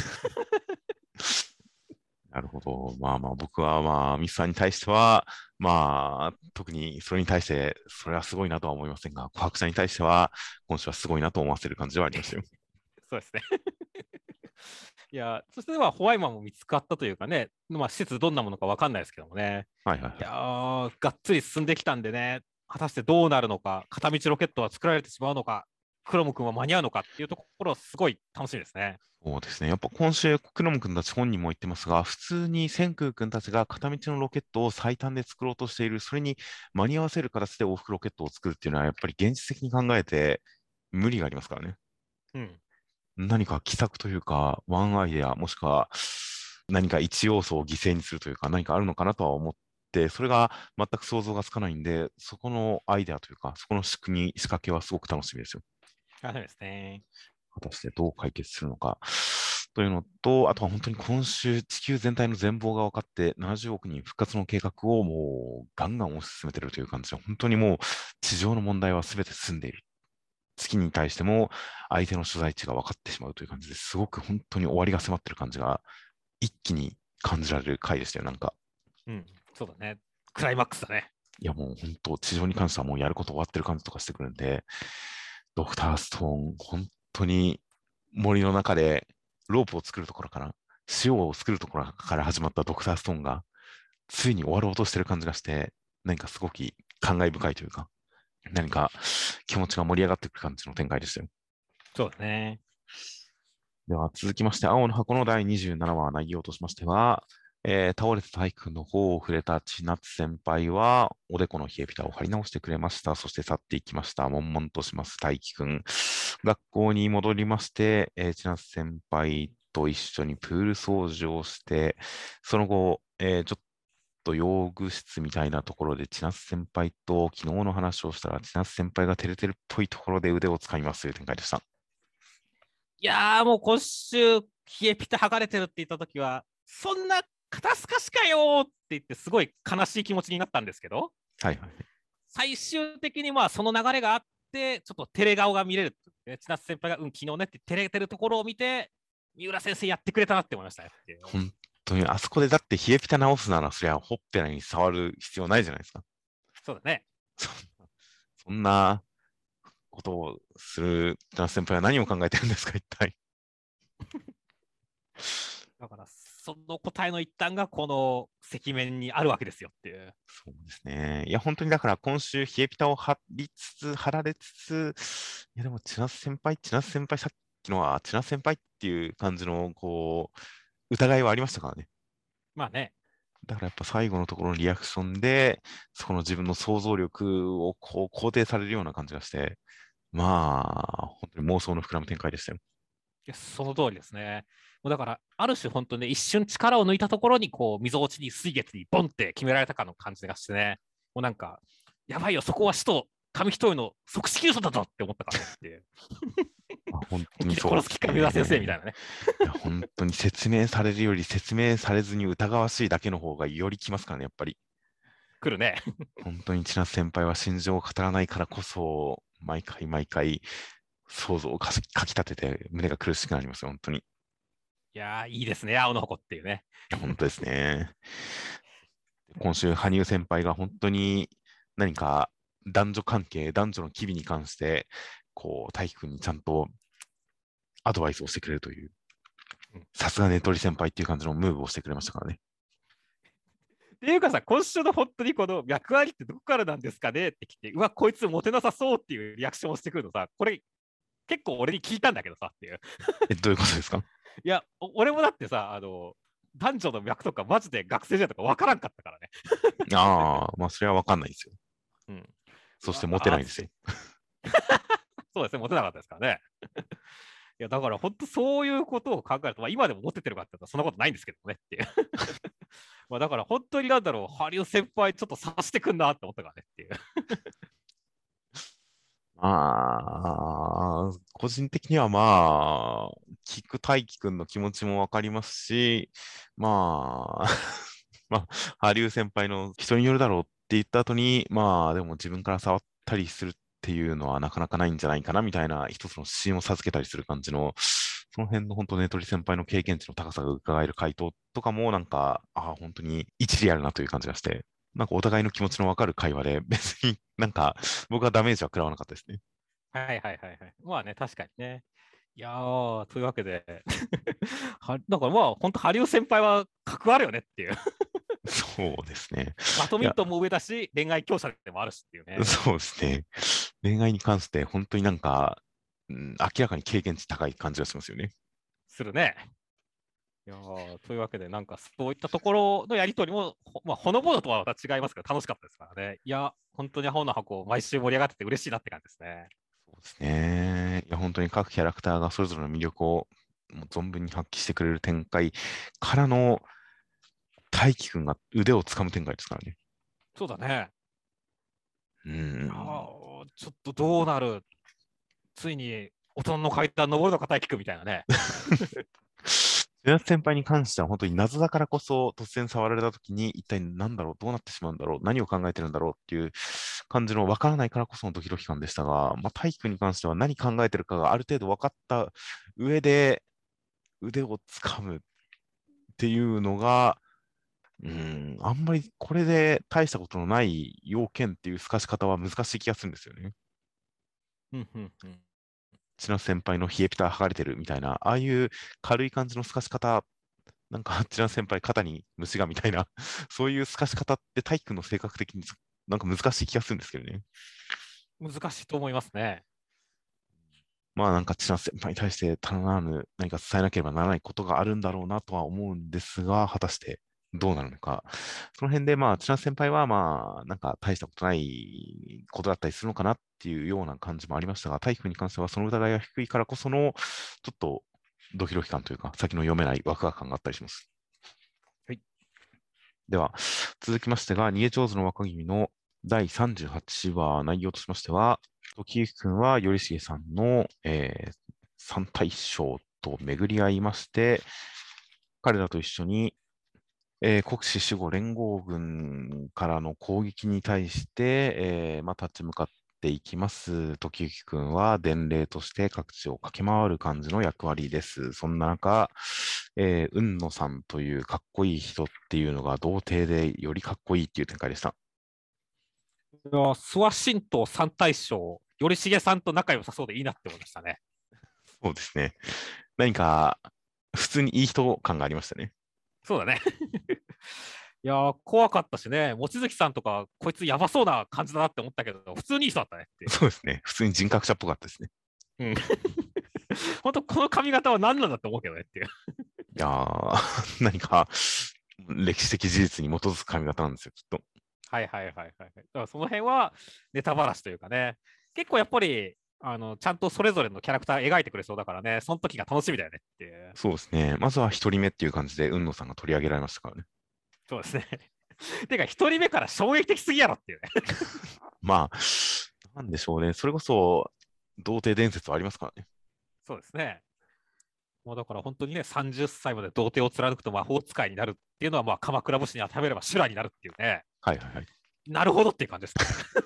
なるほど。まあまあ、僕はまあ、ミスさんに対しては、まあ、特にそれに対して、それはすごいなとは思いませんが、琥珀ちゃんに対しては、今週はすごいなと思わせる感じではありましたよ。 そうですね。いや、そしてまあホワイマンも見つかったというかね、まあ施設どんなものかわかんないですけどもね。いやはいはいはい。 ー、がっつり進んできたんでね、果たしてどうなるのか、片道ロケットは作られてしまうのか、クロム君は間に合うのかっていうところ、すごい楽しみですね。 そうですね。やっぱ今週、クロム君たち本人も言ってますが、普通に千空君たちが片道のロケットを最短で作ろうとしている、それに間に合わせる形で往復ロケットを作るっていうのは、やっぱり現実的に考えて無理がありますからね。 うん。 何か奇策というか、ワンアイデア、もしくは何か一要素を犠牲にするというか、何かあるのかなとは思って、それが全く想像がつかないんで、そこのアイデアというか、そこの仕組み、仕掛けはすごく楽しみですよ。 あ、そうですね。 果たしてどう解決するのか。というのと、あとは本当に今週、地球全体の全貌が分かって、ななじゅうおく人復活の計画をもうガンガン推し進めているという感じで、本当にもう地上の問題は全て済んでいる。月に対しても相手の所在地が分かってしまうという感じですごく本当に終わりが迫っている感じが一気に感じられる回でしたよ、なんか。 うん、そうだね。クライマックスだね。 いやもう本当、地上に関してはもうやること終わってる感じとかしてくるんで、ドクターストーン、本当に森の中でロープを作るところから、塩を作るところから始まったドクターストーンが、ついに終わろうとしてる感じがして、何かすごく感慨深いというか、何か気持ちが盛り上がってくる感じの展開でしたよ。 そうだね。 では続きまして、青の箱のだいにじゅうななわ内容としましては、えー倒れた体育の方を触れた千夏先輩は、おでこの冷えピタを貼り直してくれました。そして去っていきました。悶々とします大輝くん。学校に戻りまして、えー千夏先輩と一緒にプール掃除をして、その後、えーちょっと用具室みたいなところで、千夏先輩と昨日の話をしたら、千夏先輩が照れてるっぽいところで腕を使いますという展開でした。 いやーもう今週、冷えピタ剥がれてるって言ったときは、そんな肩透かしかよーって言って、すごい悲しい気持ちになったんですけど、 はいはい。 最終的にまあその流れがあって、ちょっと照れ顔が見れる。千夏先輩が、うん、昨日ねって照れてるところを見て、三浦先生やってくれたなって思いましたね。 本当に、あそこでだって冷えピタ直すなら、そりゃほっぺらに触る必要ないじゃないですか。 そうだね。 そそんなことをする千夏先輩は何を考えてるんですか、一体。 だから、その答えの一端がこの赤面にあるわけですよっていう。 そうですね。いや、本当にだから今週、冷えピタを張りつつ、張られつつ、いや、でも、千夏先輩、千夏先輩、さっきのは、千夏先輩っていう感じの、こう、疑いはありましたからね。 まあね。 だからやっぱ最後のところのリアクションで、そこの自分の想像力をこう肯定されるような感じがして、まあ、本当に妄想の膨らむ展開でしたよ。 いやその通りですね。もうだから、ある種本当にね、一瞬力を抜いたところに、こう、溝落ちに水月にボンって決められたかの感じがしてね、もうなんか、やばいよ、そこは使徒、紙一重の即死急所だぞって思ったからねっていう。 まあ、本当本気でにそうです殺す気か、三浦先生みたね。 いなね。 いや、本当に説明されるより説明されずに疑わしいだけの方がよりきますからね、やっぱり。 来るね。 本当に千夏先輩は心情を語らないからこそ、毎回毎回想像をかしかき立てて胸が苦しくなりますよ、本当に。いいやー、いいですね、青の矛っていうね。 や、本当ですね。今週、羽生先輩が本当に何か男女関係、男女の機微に関して、こう、大輝くんにちゃんとアドバイスをしてくれるという、 うんさすがネトリ先輩っていう感じのムーブをしてくれましたからね。 っていうかさ、今週の本当にこの脈ありってどこからなんですかねって来て、うわ、こいつモテなさそうっていうリアクションをしてくるのさ、これ結構俺に聞いたんだけどさっていう。 え、どういうことですか？ いや、俺もだってさ、あの、男女の脈とかマジで学生時代とか分からんかったからね。 ああ、まあ、それはわかんないですよ。 うん。 そしてモテないですよ。 そうですね、モテなかったですからね。いや、だから本当そういうことを考えると、まあ、今でもモテてるかって言ったらそんなことないんですけどねっていう。まあだから本当になんだろう、ハリウ先輩ちょっと察してくんなって思ったからねっていう。 まあ、個人的にはまあ、聞く大輝くんの気持ちもわかりますし、まあ、まあ、羽生先輩の人によるだろうって言った後に、まあ、でも自分から触ったりするっていうのはなかなかないんじゃないかなみたいな一つの指針を授けたりする感じの、その辺の本当ネトリ先輩の経験値の高さが伺える回答とかもなんか、ああ、本当に一理あるなという感じがして、なんかお互いの気持ちのわかる会話で、別になんか僕はダメージは食らわなかったですね。 はいはいはいはい。まあね、確かにね。いやー、というわけで、はだからまあ、本当、ハリウ先輩は格あるよねっていう。 そうですね。 バドいや、 ミントンも上だし、恋愛強者でもあるしっていうね。 そうですね。恋愛に関して本当になんか、うん、明らかに経験値高い感じがしますよね。 するね。いやーというわけで、なんかそういったところのやりとりも、ほまあ、ほのぼのとはまた違いますけど、楽しかったですからね。いや、本当にアホの箱、毎週盛り上がってて嬉しいなって感じですね。 そうですね。いや、本当に各キャラクターがそれぞれの魅力をもう存分に発揮してくれる展開からの大輝くんが腕をつかむ展開ですからね。 そうだね。 ういやん。 ーちょっとどうなるついに大人の階段登るのか大輝くんみたいなね。 千夏先輩に関しては本当に謎だからこそ突然触られた時に一体何だろう、どうなってしまうんだろう、何を考えてるんだろうっていう感じの分からないからこそのドキドキ感でしたが、まあ、大輝くんに関しては何考えてるかがある程度分かった上で腕をつかむっていうのが、うん、あんまりこれで大したことのない要件っていう透かし方は難しい気がするんですよね。 うんうんうん。 千夏先輩の冷えピタ剥がれてるみたいな、ああいう軽い感じの透かし方、なんか千夏先輩肩に虫がみたいな、そういう透かし方って体育の性格的になんか難しい気がするんですけどね。 難しいと思いますね。 まあなんか千夏先輩に対してたならぬ何か伝えなければならないことがあるんだろうなとは思うんですが、果たしてどうなるのか。その辺でまあ千夏先輩はまあなんか大したことないことだったりするのかなっていうような感じもありましたが、体育に関してはその疑いが低いからこそのちょっとドキドキ感というか、先の読めないワクワク感があったりします。 はい。 では、続きましてが、逃げ上手の若君のだいさんじゅうはちわ、内容としましては、時行君は頼重さんの、えー、三大将と巡り合いまして、彼らと一緒に、えー国士守護連合軍からの攻撃に対して、えーまあ、立ち向かっていきます。時行くんは伝令として各地を駆け回る感じの役割です。そんな中、えー、雲野さんというかっこいい人っていうのが童貞でよりかっこいいっていう展開でした。 いやー、諏訪神道三大将、頼重さんと仲良さそうでいいなって思いましたね。 そうですね。何か、普通にいい人感がありましたね。 そうだね。いやー、怖かったしね、望月さんとか、こいつやばそうな感じだなって思ったけど、普通にいい人だったねっていう。 そうですね。普通に人格者っぽかったですね。 うん。本当、この髪型は何なんだって思うけどねっていう。 いやー、何か歴史的事実に基づく髪型なんですよ、きっと。 はいはいはいはい。だからその辺はネタばらしというかね、結構やっぱり、あのちゃんとそれぞれのキャラクター描いてくれそうだからね、その時が楽しみだよねっていう。 そうですね。まずは一人目っていう感じで、雲野さんが取り上げられましたからね。 そうですね。てか、一人目から衝撃的すぎやろっていうね。 まあ、なんでしょうね。それこそ、童貞伝説はありますからね。 そうですね。もうだから本当にね、さんじゅっさいまで童貞を貫くと魔法使いになるっていうのは、まあ、鎌倉武士に当てはめれば修羅になるっていうね、 はいはいはい。 なるほどっていう感じですね。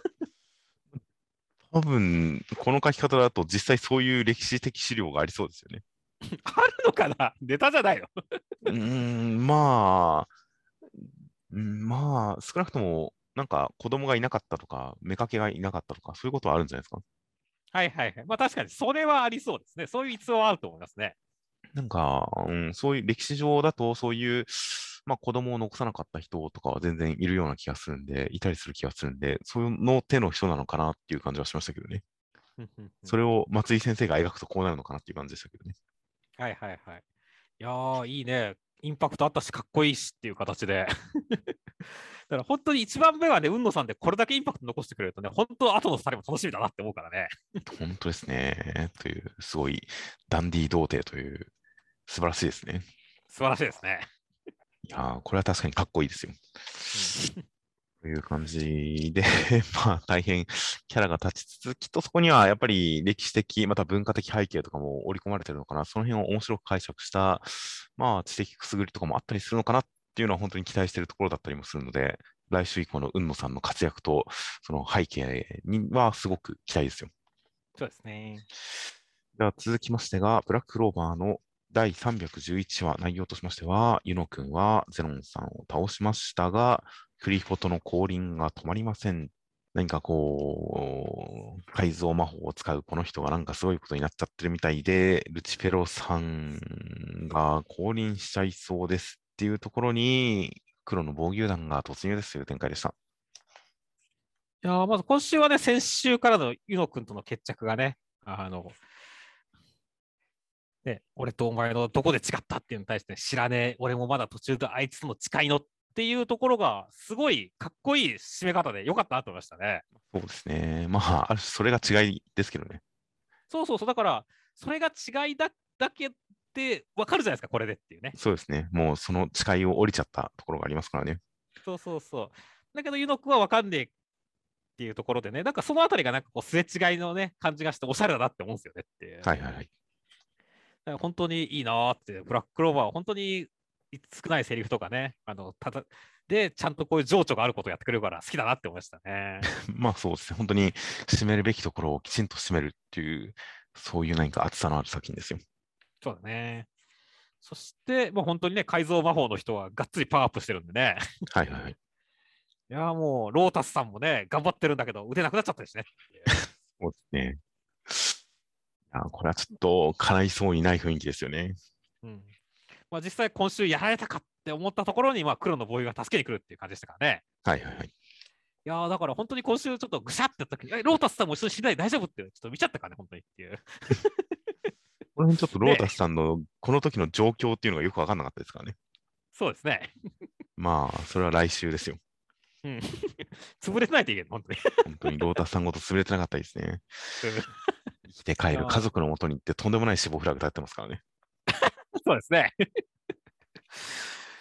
多分、この書き方だと実際そういう歴史的資料がありそうですよね。 あるのかな、ネタじゃないの？ うーん、まあ、うんまあ、少なくとも、なんか子供がいなかったとか、妾がいなかったとか、そういうことはあるんじゃないですか。 はいはいはい。まあ確かにそれはありそうですね。そういう逸話はあると思いますね。 なんか、うん、そういう歴史上だと、そういう、まあ子供を残さなかった人とかは全然いるような気がするんで、いたりする気がするんで、そういうの手の人なのかなっていう感じはしましたけどね。それを松井先生が描くとこうなるのかなっていう感じでしたけどね。 はいはいはい。いやー、いいね。インパクトあったし、かっこいいしっていう形で。だから本当に一番目はね、海野さんでこれだけインパクト残してくれるとね、本当後のふたりも楽しみだなって思うからね。 本当ですね。という、すごいダンディー童貞という素晴らしいですね。 素晴らしいですね。 いやー、これは確かにかっこいいですよ。 うん、 という感じで、まあ大変キャラが立ちつつ、きっとそこにはやっぱり歴史的、また文化的背景とかも織り込まれてるのかな、その辺を面白く解釈した、まあ知的くすぐりとかもあったりするのかなっていうのは本当に期待しているところだったりもするので、来週以降の海野さんの活躍と、その背景にはすごく期待ですよ。 そうですね。 では続きましてが、ブラッククローバーのだいさんびゃくじゅういちわ、内容としましては、ユノ君はゼロンさんを倒しましたが、クリフォトの降臨が止まりません。何かこう、改造魔法を使うこの人がなんかすごいことになっちゃってるみたいで、ルチフェロさんが降臨しちゃいそうですっていうところに、黒の防御団が突入ですという展開でした。 いやー、まず今週はね、先週からのユノ君との決着がね、あの、ね、俺とお前のどこで違ったっていうのに対して、ね、知らねえ、俺もまだ途中であいつとの誓いのっていうところが、すごいかっこいい締め方で良かったなと思いましたね。 そうですね。まあ、ある種それが違いですけどね。 そうそうそう、だから、それが違いだだけって分かるじゃないですか、これでっていうね。 そうですね。もうその誓いを降りちゃったところがありますからね。 そうそうそう。だけど、ユノ君は分かんねえっていうところでね、なんかそのあたりがなんかこうすれ違いのね、感じがしておしゃれだなって思うんですよねっていう。 はいはいはい。 だから本当にいいなーって、ブラッククローバーは本当に少ないセリフとかね、あのただで、ちゃんとこういう情緒があることをやってくれるから好きだなって思いましたね。 まあそうですね。本当に締めるべきところをきちんと締めるっていう、そういう何か厚さのある作品ですよ。 そうだね。そして、もう本当にね、改造魔法の人はがっつりパワーアップしてるんでね。 はいはいはい。 いやーもう、ロータスさんもね、頑張ってるんだけど、腕なくなっちゃったしね。 そうですね。いやこれはちょっと叶いそうにない雰囲気ですよね。 うん。まあ、実際今週やられたかって思ったところに、まあ、黒の防衛が助けに来るっていう感じでしたからね。 はいはいはい。 いやーだから本当に今週ちょっとぐしゃってやった時に、え、ロータスさんも一緒にしないで大丈夫って、ちょっと見ちゃったからね、本当にっていう。 この辺ちょっとローね、 タスさんのこの時の状況っていうのがよくわかんなかったですからね。 そうですね。 まあ、それは来週ですよ。 うん。潰れてないといけない、本当に。 本当にロータスさんごと潰れてなかったですね。 うん、い生きて帰る家や族のもとに行ってとんでもない死亡フラグ立ってますからね。 そうですね。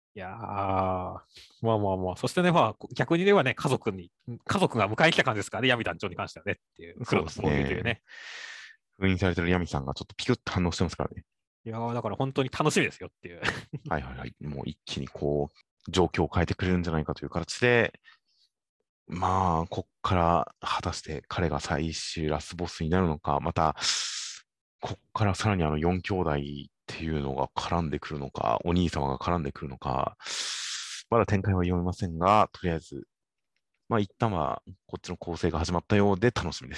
いやー、まあまあまあ、そしてね、まあ、逆に言えばね、家族に、家族が迎えに来た感じですからね、闇団長に関してはねっていう、 そうです黒の闘牛というね。 ね。 封印されてるヤミさんがちょっとピクッと反応してますからね。 いやー、だから本当に楽しみですよっていう。 はいはいはい。もう一気にこう、状況を変えてくれるんじゃないかという形で、まあ、こっから果たして彼が最終ラスボスになるのか、また、こっからさらにあのよん兄弟っていうのが絡んでくるのか、お兄様が絡んでくるのか、まだ展開は読めませんが、とりあえず、まあ一旦はこっちの構成が始まったようで楽しみです。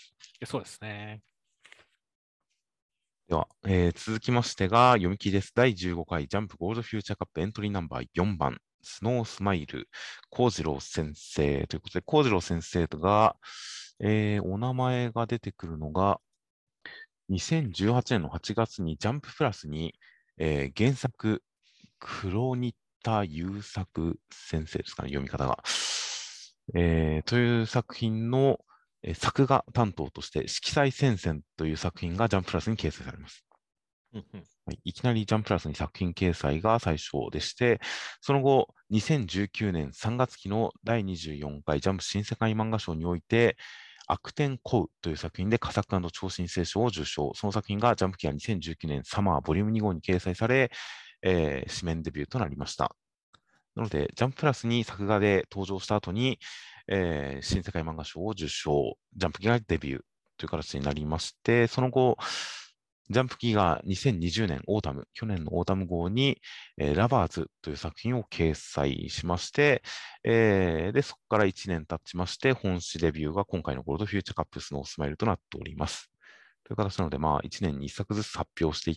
そうですね。 では、えー続きましてが読み切りです。だいじゅうごかいジャンプゴールドフューチャーカップエントリーナンバーよんばん、スノースマイル、幸次郎先生ということで、幸次郎先生が、えーお名前が出てくるのが、にせんじゅうはちねんのはちがつにジャンププラスに、えー原作、黒仁田優作先生ですかね、読み方が。えーという作品の、えー作画担当として、色彩戦線という作品がジャンププラスに掲載されます。 うんうん。 はい、いきなりジャンププラスに作品掲載が最初でして、その後、にせんじゅうきゅうねんさんがつ期のだいにじゅうよんかいジャンプ新世界漫画賞において、悪天候という作品で佳作超新星賞を受賞。その作品がジャンプ期がにせんじゅうきゅうねんサマーボリュームに号に掲載され、えー紙面デビューとなりました。なので、ジャンププラスに作画で登場した後に、えー新世界漫画賞を受賞、ジャンプ期がデビューという形になりまして、その後、ジャンプ期がにせんにじゅうねんオータム、去年のオータム号に、えーラバーズという作品を掲載しまして、えーで、そこからいちねん経ちまして、本誌デビューが今回のゴールドフューチャーカップスのスマイルとなっております。という形なので、まあ、いちねんにいっさくずつ発表していって、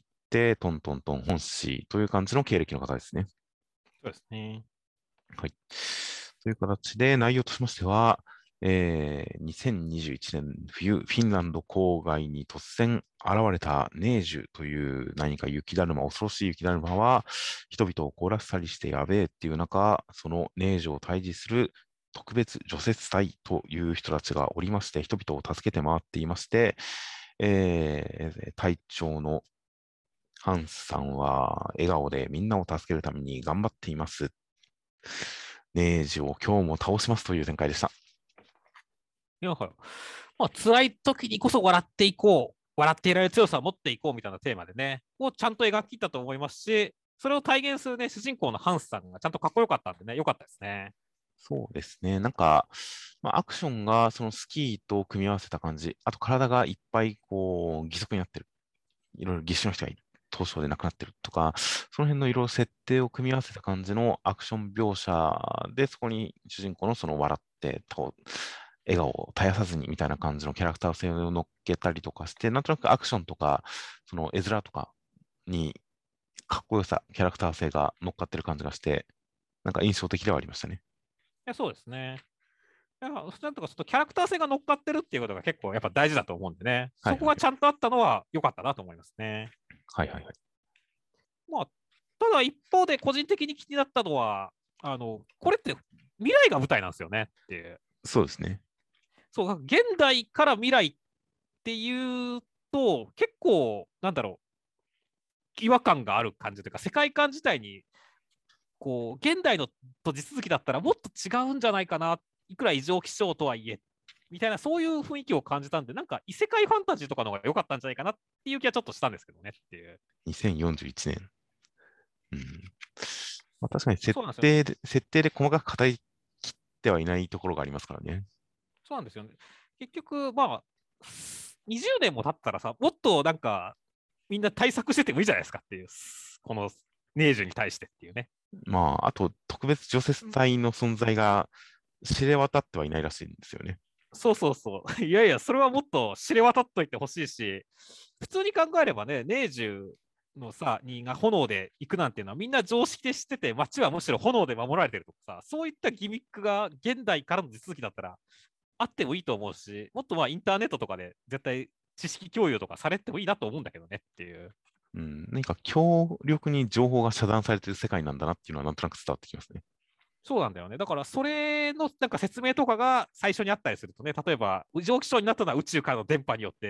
トントントン本誌という感じの経歴の方ですね。 そうですね。 はい。という形で、内容としましては、えーにせんにじゅういちねん冬、フィンランド郊外に突然現れたネージュという何か雪だるま、恐ろしい雪だるまは、人々を凍らせたりしてやべえっていう中、そのネージュを退治する特別除雪隊という人たちがおりまして、人々を助けて回っていまして、えー隊長のハンスさんは笑顔でみんなを助けるために頑張っています。ネージを今日も倒しますという展開でした。 いや、はい。まあ、辛い時にこそ笑っていこう。笑っていられる強さを持っていこうみたいなテーマでね、をちゃんと描き切ったと思いますし、それを体現するね、主人公のハンスさんがちゃんとかっこよかったんでね、よかったですね。 そうですね。なんか、まあ、アクションがそのスキーと組み合わせた感じ。あと体がいっぱいこう義足になってる。いろいろ義手の人がいる。当初で亡くなってるとか、その辺の色設定を組み合わせた感じのアクション描写で、そこに主人公のその笑ってと笑顔を絶やさずにみたいな感じのキャラクター性を乗っけたりとかして、なんとなくアクションとか、その絵面とかにかっこよさ、キャラクター性が乗っかってる感じがして、なんか印象的ではありましたね。 いや、そうですね。いや、なんとかちょっとキャラクター性が乗っかってるっていうことが結構やっぱ大事だと思うんでね、そこがちはいはい。 ゃんとあったのは良かったなと思いますね。 はいはいはい。 まあ、ただ一方で個人的に気になったのは、あの、これって未来が舞台なんですよねっていう。 そうですね。 そう、現代から未来っていうと、結構、なんだろう、違和感がある感じというか、世界観自体に、こう、現代のと地続きだったらもっと違うんじゃないかな、いくら異常気象とはいえ、みたいな、そういう雰囲気を感じたんで、なんか異世界ファンタジーとかの方が良かったんじゃないかなっていう気はちょっとしたんですけどねっていう。 にせんよんじゅういちねん。うん。まあ、確かに設そうなんですよ。 定で、設定で細かく語りきってはいないところがありますからね。 そうなんですよね。結局、まあ、にじゅうねんも経ったらさ、もっとなんか、みんな対策しててもいいじゃないですかっていう、このネージュに対してっていうね。 まあ、あと、特別除雪隊の存在が知れ渡ってはいないらしいんですよね。 そうそうそう。いやいや、それはもっと知れ渡っといてほしいし、普通に考えればね、ネージュのさ、にが炎で行くなんていうのはみんな常識で知ってて、街はむしろ炎で守られてるとかさ、そういったギミックが現代からの地続きだったらあってもいいと思うし、もっとまあインターネットとかで絶対知識共有とかされてもいいなと思うんだけどねっていう。 うん、何か強力に情報が遮断されている世界なんだなっていうのはなんとなく伝わってきますね。 そうなんだよね。だからそれのなんか説明とかが最初にあったりするとね、例えば異常気象になったのは宇宙からの電波によって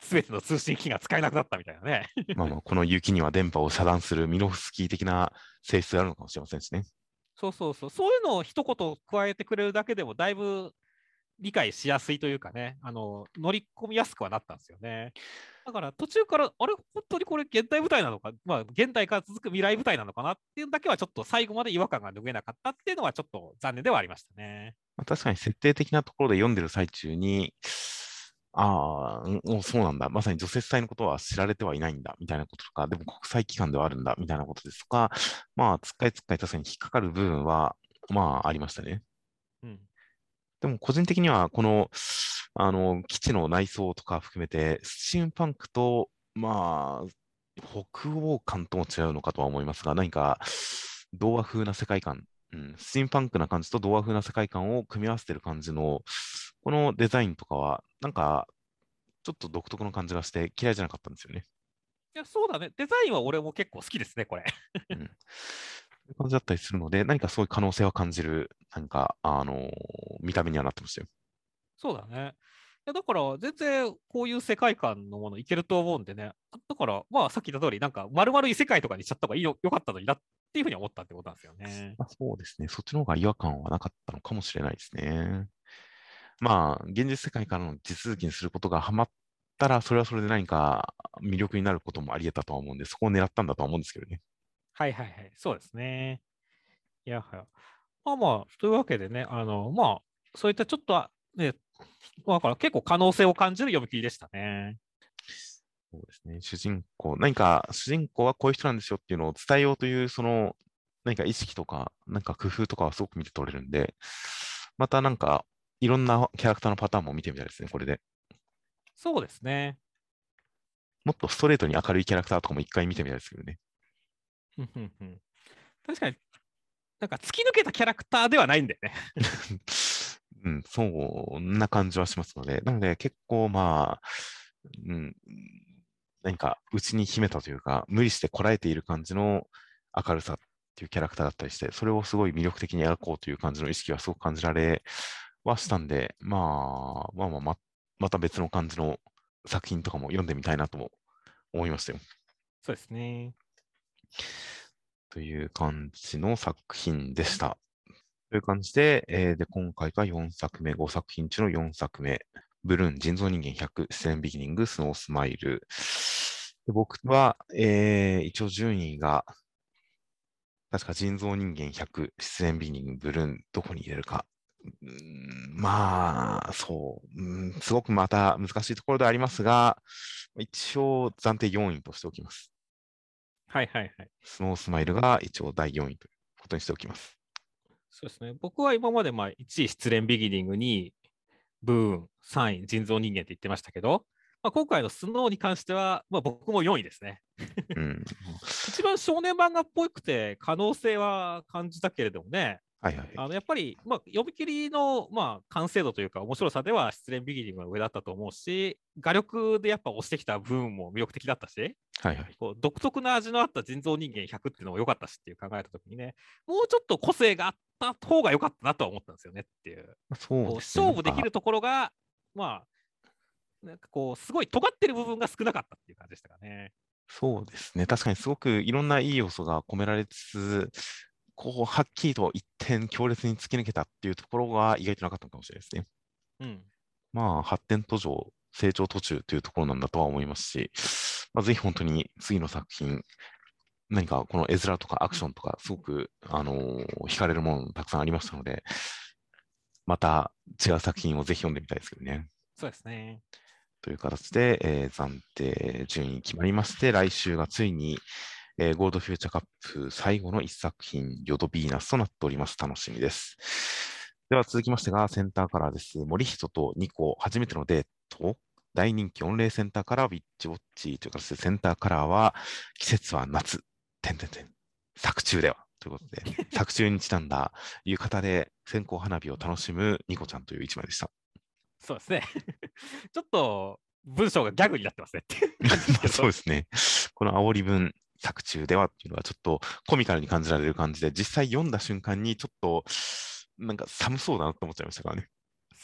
すべての通信機が使えなくなったみたいなね。 まあまあ、この雪には電波を遮断するミノフスキー的な性質があるのかもしれませんしね。 そうそうそう、そういうのを一言加えてくれるだけでも、だいぶ理解しやすいというかね、あの乗り込みやすくはなったんですよね。だから途中から、あれ、本当にこれ現代舞台なのか、まあ、現代から続く未来舞台なのかなっていうだけは、ちょっと最後まで違和感が拭えなかったっていうのは、ちょっと残念ではありましたね。 まあ、確かに設定的なところで読んでる最中に、ああ、もうそうなんだ。まさに除雪隊のことは知られてはいないんだ、みたいなこととか、でも国際機関ではあるんだ、みたいなことですとか、まあ、つっかいつっかい確かに引っかかる部分は、まあ、ありましたね。 うん。 でも個人的には、この、あの、基地の内装とか含めて、スチームパンクと、まあ、北欧感とも違うのかとは思いますが、何か、童話風な世界観、うん、スチームパンクな感じと童話風な世界観を組み合わせてる感じの、このデザインとかは、なんか、ちょっと独特の感じがして嫌いじゃなかったんですよね。 いや、そうだね。デザインは俺も結構好きですね、これ。 うん。そういう感じだったりするので、何かそういう可能性は感じる、なんか、あのー見た目にはなってましたよ。 そうだね。いやだから、全然こういう世界観のものいけると思うんでね。だから、まあ、さっき言った通り、なんか、丸々異世界とかにしちゃった方がいいよよかったのになっていうふうに思ったってことなんですよね。 まあ、そうですね。そっちの方が違和感はなかったのかもしれないですね。まあ、現実世界からの地続きにすることがハマったら、それはそれで何か魅力になることもあり得たとは思うんで、そこを狙ったんだとは思うんですけどね。 はいはいはい。そうですね。いやはや。まあまあ、というわけでね、あの、まあ、そういったちょっと、ね、だから結構可能性を感じる読み切りでしたね。 そうですね。主人公、何か主人公はこういう人なんですよっていうのを伝えようという、その何か意識とか、何か工夫とかはすごく見て取れるんで、またなんかいろんなキャラクターのパターンも見てみたいですね、これで。 そうですね。 もっとストレートに明るいキャラクターとかも一回見てみたいですけどね。 ふんふんふん確かに、なんか突き抜けたキャラクターではないんだよね。 うん、そんな感じはしますので、なので結構まあ、うん、何か内に秘めたというか、無理してこらえている感じの明るさっていうキャラクターだったりして、それをすごい魅力的に描こうという感じの意識はすごく感じられはしたんで、まあ、まあまあま、また別の感じの作品とかも読んでみたいなとも思いましたよ。 そうですね。 という感じの作品でした。という感じで、えーで、今回がよんさくめ、ごさく品中のよんさくめ、ブルーン、人造人間ひゃく、自然ビギニング、スノースマイル。で僕は、えー一応順位が、確か人造人間ひゃく、自然ビギニング、ブルーン、どこに入れるか。うーんまあ、そう、うん、すごくまた難しいところではありますが、一応暫定よんいとしておきます。 はいはいはい。 スノースマイルが一応だいよんいということにしておきます。 そうですね。僕は今までまあいちい失恋ビギニングにブーン、さんい人造人間って言ってましたけど、まあ、今回のスノーに関しては、まあ、僕もよんいですね。 うん。 一番少年漫画っぽくて可能性は感じたけれどもね、 はいはい。 あのやっぱり、まあ、読み切りの、まあ、完成度というか面白さでは失恋ビギニングが上だったと思うし、画力でやっぱ押してきた部分も魅力的だったし、 はいはい。 こう独特な味のあった人造人間ひゃくっていうのも良かったしっていう考えたときにね、もうちょっと個性があった方が良かったなとは思ったんですよねっていう。こうそうですね。なんか、 勝負できるところが、まあ、なんかこう、すごい尖ってる部分が少なかったっていう感じでしたかね。 そうですね。確かにすごくいろんないい要素が込められつつ、こう、はっきりと一点強烈に突き抜けたっていうところが意外となかったのかもしれないですね。 うん。 まあ、発展途上、成長途中というところなんだとは思いますし、まあ、ぜひ本当に次の作品、何かこの絵面とかアクションとか、すごく、あのー惹かれるものもたくさんありましたので、また違う作品をぜひ読んでみたいですけどね。 そうですね。 という形で、えー暫定順位決まりまして、来週がついに、えーゴールドフューチャーカップ最後の一作品、ヨドビーナスとなっております。楽しみです。では続きましてが、センターカラーです。森人とニコ、初めてのデート。大人気御礼センターカラー、ウィッチウォッチという形で、センターカラーは、季節は夏、てんてんてん、作中では。ということで、作中にちなんだ浴衣で線香花火を楽しむニコちゃんという一枚でした。 そうですね。ちょっと文章がギャグになってますねっていう感じですけど。 そうですね。この煽り文、作中ではっていうのはちょっとコミカルに感じられる感じで、実際読んだ瞬間にちょっとなんか寒そうだなと思っちゃいましたからね。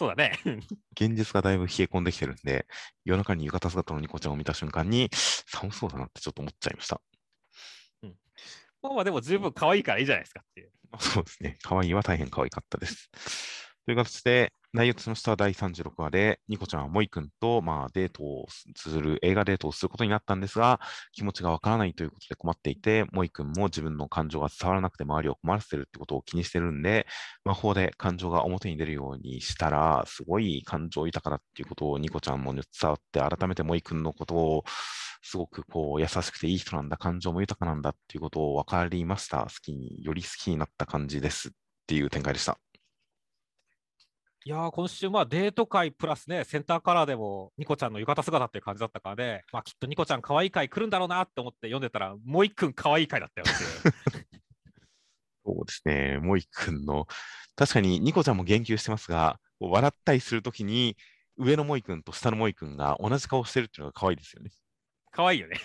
そうだね。 現実がだいぶ冷え込んできてるんで、夜中に浴衣姿のニコちゃんを見た瞬間に、寒そうだなってちょっと思っちゃいました。 うん、まあまあでも十分可愛いからいいじゃないですかっていう。 そうですね。可愛いは大変可愛かったです。という形で、内容としましてはだいさんじゅうろくわで、ニコちゃんはモイ君と、まあ、デートをする、映画デートをすることになったんですが、気持ちがわからないということで困っていて、モイ君も自分の感情が伝わらなくて周りを困らせてるってことを気にしてるんで、魔法で感情が表に出るようにしたら、すごい感情豊かだっていうことをニコちゃんも伝わって、改めてモイ君のことをすごくこう優しくていい人なんだ、感情も豊かなんだっていうことを分かりました。好きに、より好きになった感じですっていう展開でした。 いやー、今週、まあ、デート会プラスね、センターカラーでも、ニコちゃんの浴衣姿っていう感じだったからね、まあ、きっとニコちゃん可愛い回来るんだろうなって思って読んでたら、もう一君可愛い回だったよっていう。 そうですね。モイ君の、確かにニコちゃんも言及してますが、笑ったりするときに、上のモイ君と下のモイ君が同じ顔してるっていうのが可愛いですよね。 可愛いよね。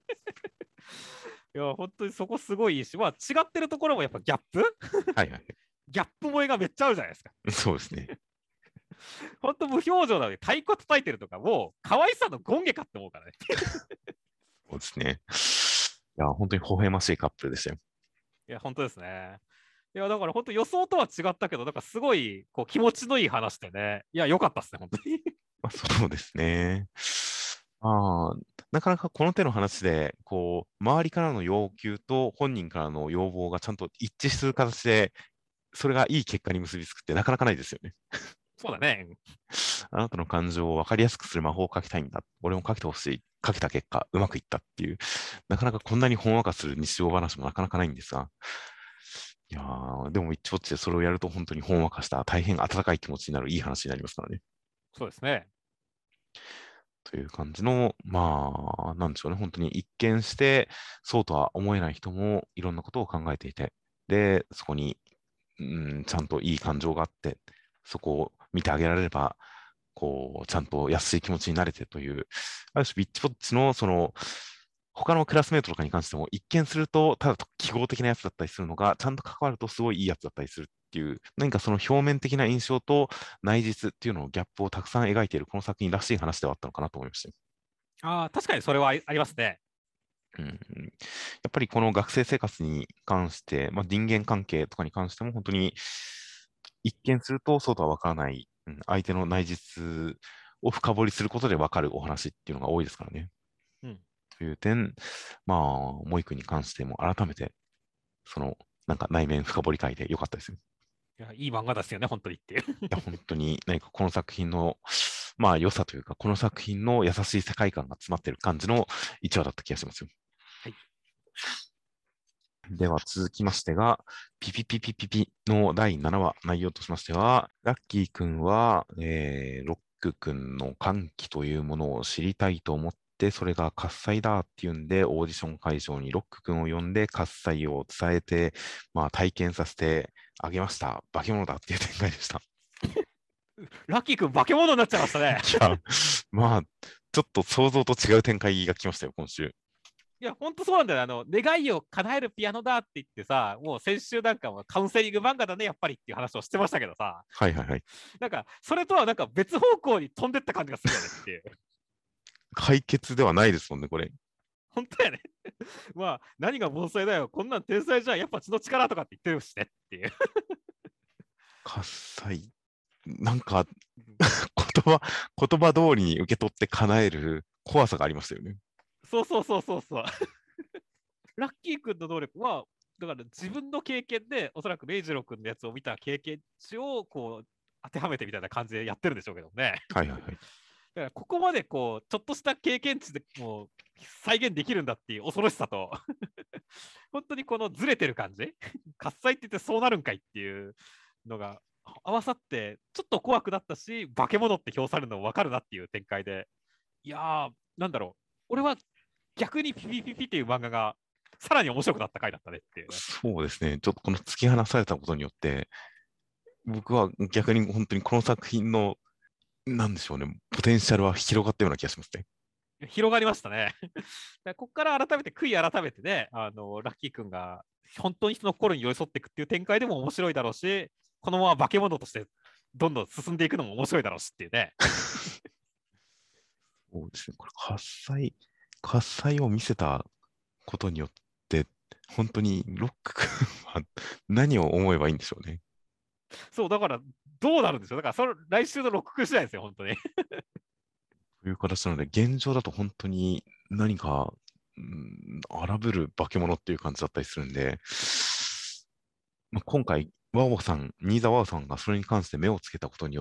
いや、本当にそこすごいいいし、まあ、違ってるところもやっぱギャップはいはい。 ギャップ萌えがめっちゃあるじゃないですか。 そうですね。 本当無表情なのに太鼓叩いてるとか、もう可愛さの権下かって思うからね。 そうですね。いや、本当に微笑ましいカップルでしたよ。 いや、本当ですね。いや、だから本当予想とは違ったけど、なんかすごいこう気持ちのいい話でね、いや、良かったですね、本当に。 まあ、そうですね。ああ、なかなかこの手の話で、こう、周りからの要求と本人からの要望がちゃんと一致する形で、それがいい結果に結びつくってなかなかないですよね。 そうだね。 あなたの感情を分かりやすくする魔法をかけたいんだ。俺もかけてほしい。かけた結果、うまくいったっていう、なかなかこんなにほんわかする日常話もなかなかないんですが、いやー、でも一応ってそれをやると本当にほんわかした大変温かい気持ちになるいい話になりますからね。 そうですね。 という感じの、まあ、なんでしょうね。本当に一見して、そうとは思えない人もいろんなことを考えていて、で、そこに、うん、ちゃんといい感情があって、そこを見てあげられれば、こう、ちゃんと優しい気持ちになれてという、ある種、ビッチポッチの、その、他のクラスメートとかに関しても、一見すると、ただ記号的なやつだったりするのが、ちゃんと関わるとすごいいいやつだったりするっていう、何かその表面的な印象と内実っていうのをギャップをたくさん描いているこの作品らしい話ではあったのかなと思いました。 ああ、確かにそれはありありますね。 うん、やっぱりこの学生生活に関して、まあ、人間関係とかに関しても本当に一見するとそうとは分からない、うん、相手の内実を深掘りすることで分かるお話っていうのが多いですからね。 うん。 という点、まあ、モイ君に関しても改めて、その、なんか内面深掘り会でよかったですよ。 いや、いい漫画ですよね、本当にっていう。 いや、本当に何かこの作品の、まあ良さというか、この作品の優しい世界観が詰まっている感じの一話だった気がしますよ。 はい。 では続きましてが、ピピピピピピのだいななわ、内容としましては、ラッキー君は、えーロック君の歓喜というものを知りたいと思って、それが喝采だっていうんで、オーディション会場にロック君を呼んで喝采を伝えて、まあ、体験させてあげました。化け物だっていう展開でした。 ラッキー君、化け物になっちゃいましたね。 いや、まあ、ちょっと想像と違う展開が来ましたよ、今週。 いや、本当そうなんだよ。あの、願いを叶えるピアノだって言ってさ、もう先週なんかもカウンセリング漫画だね、やっぱりっていう話をしてましたけどさ、 はいはいはい。 なんか、それとはなんか別方向に飛んでった感じがするよねっていう。 解決ではないですもんね、これ。 本当やね。まあ、何が盆栽だよ。こんなん天才じゃん。やっぱ血の力とかって言ってるしねっていう。 喝采。なんか、言葉、言葉通りに受け取って叶える怖さがありましたよね。 そうそうそうそうそう。ラッキー君の能力は、だから自分の経験で、おそらくレイジロ君のやつを見た経験値をこう当てはめてみたいな感じでやってるんでしょうけどね。 はいはいはい。 だからここまでこう、ちょっとした経験値でもう再現できるんだっていう恐ろしさと、本当にこのずれてる感じ、喝采って言ってそうなるんかいっていうのが合わさって、ちょっと怖くなったし、化け物って評されるの分かるなっていう展開で、いやー、なんだろう、俺は逆にピピピピっていう漫画がさらに面白くなった回だったねっていうね。 そうですね。ちょっとこの突き放されたことによって、僕は逆に本当にこの作品の、なんでしょうね、ポテンシャルは広がったような気がしますね。 広がりましたね。ここから改めて、悔い改めてね、あのラッキー君が本当に人の心に寄り添っていくっていう展開でも面白いだろうし、このまま化け物としてどんどん進んでいくのも面白いだろうしっていうね。 そうですね。これ、喝采、喝采を見せたことによって、本当にロック君は何を思えばいいんでしょうね。 そう、だからどうなるんでしょう。だからその来週のロック君次第ですよ、本当に。 という形なので、現状だと本当に何か、うん、荒ぶる化け物っていう感じだったりするんで、まあ、今回、ワオさん、新沢ワオさんがそれに関して目をつけたことによって、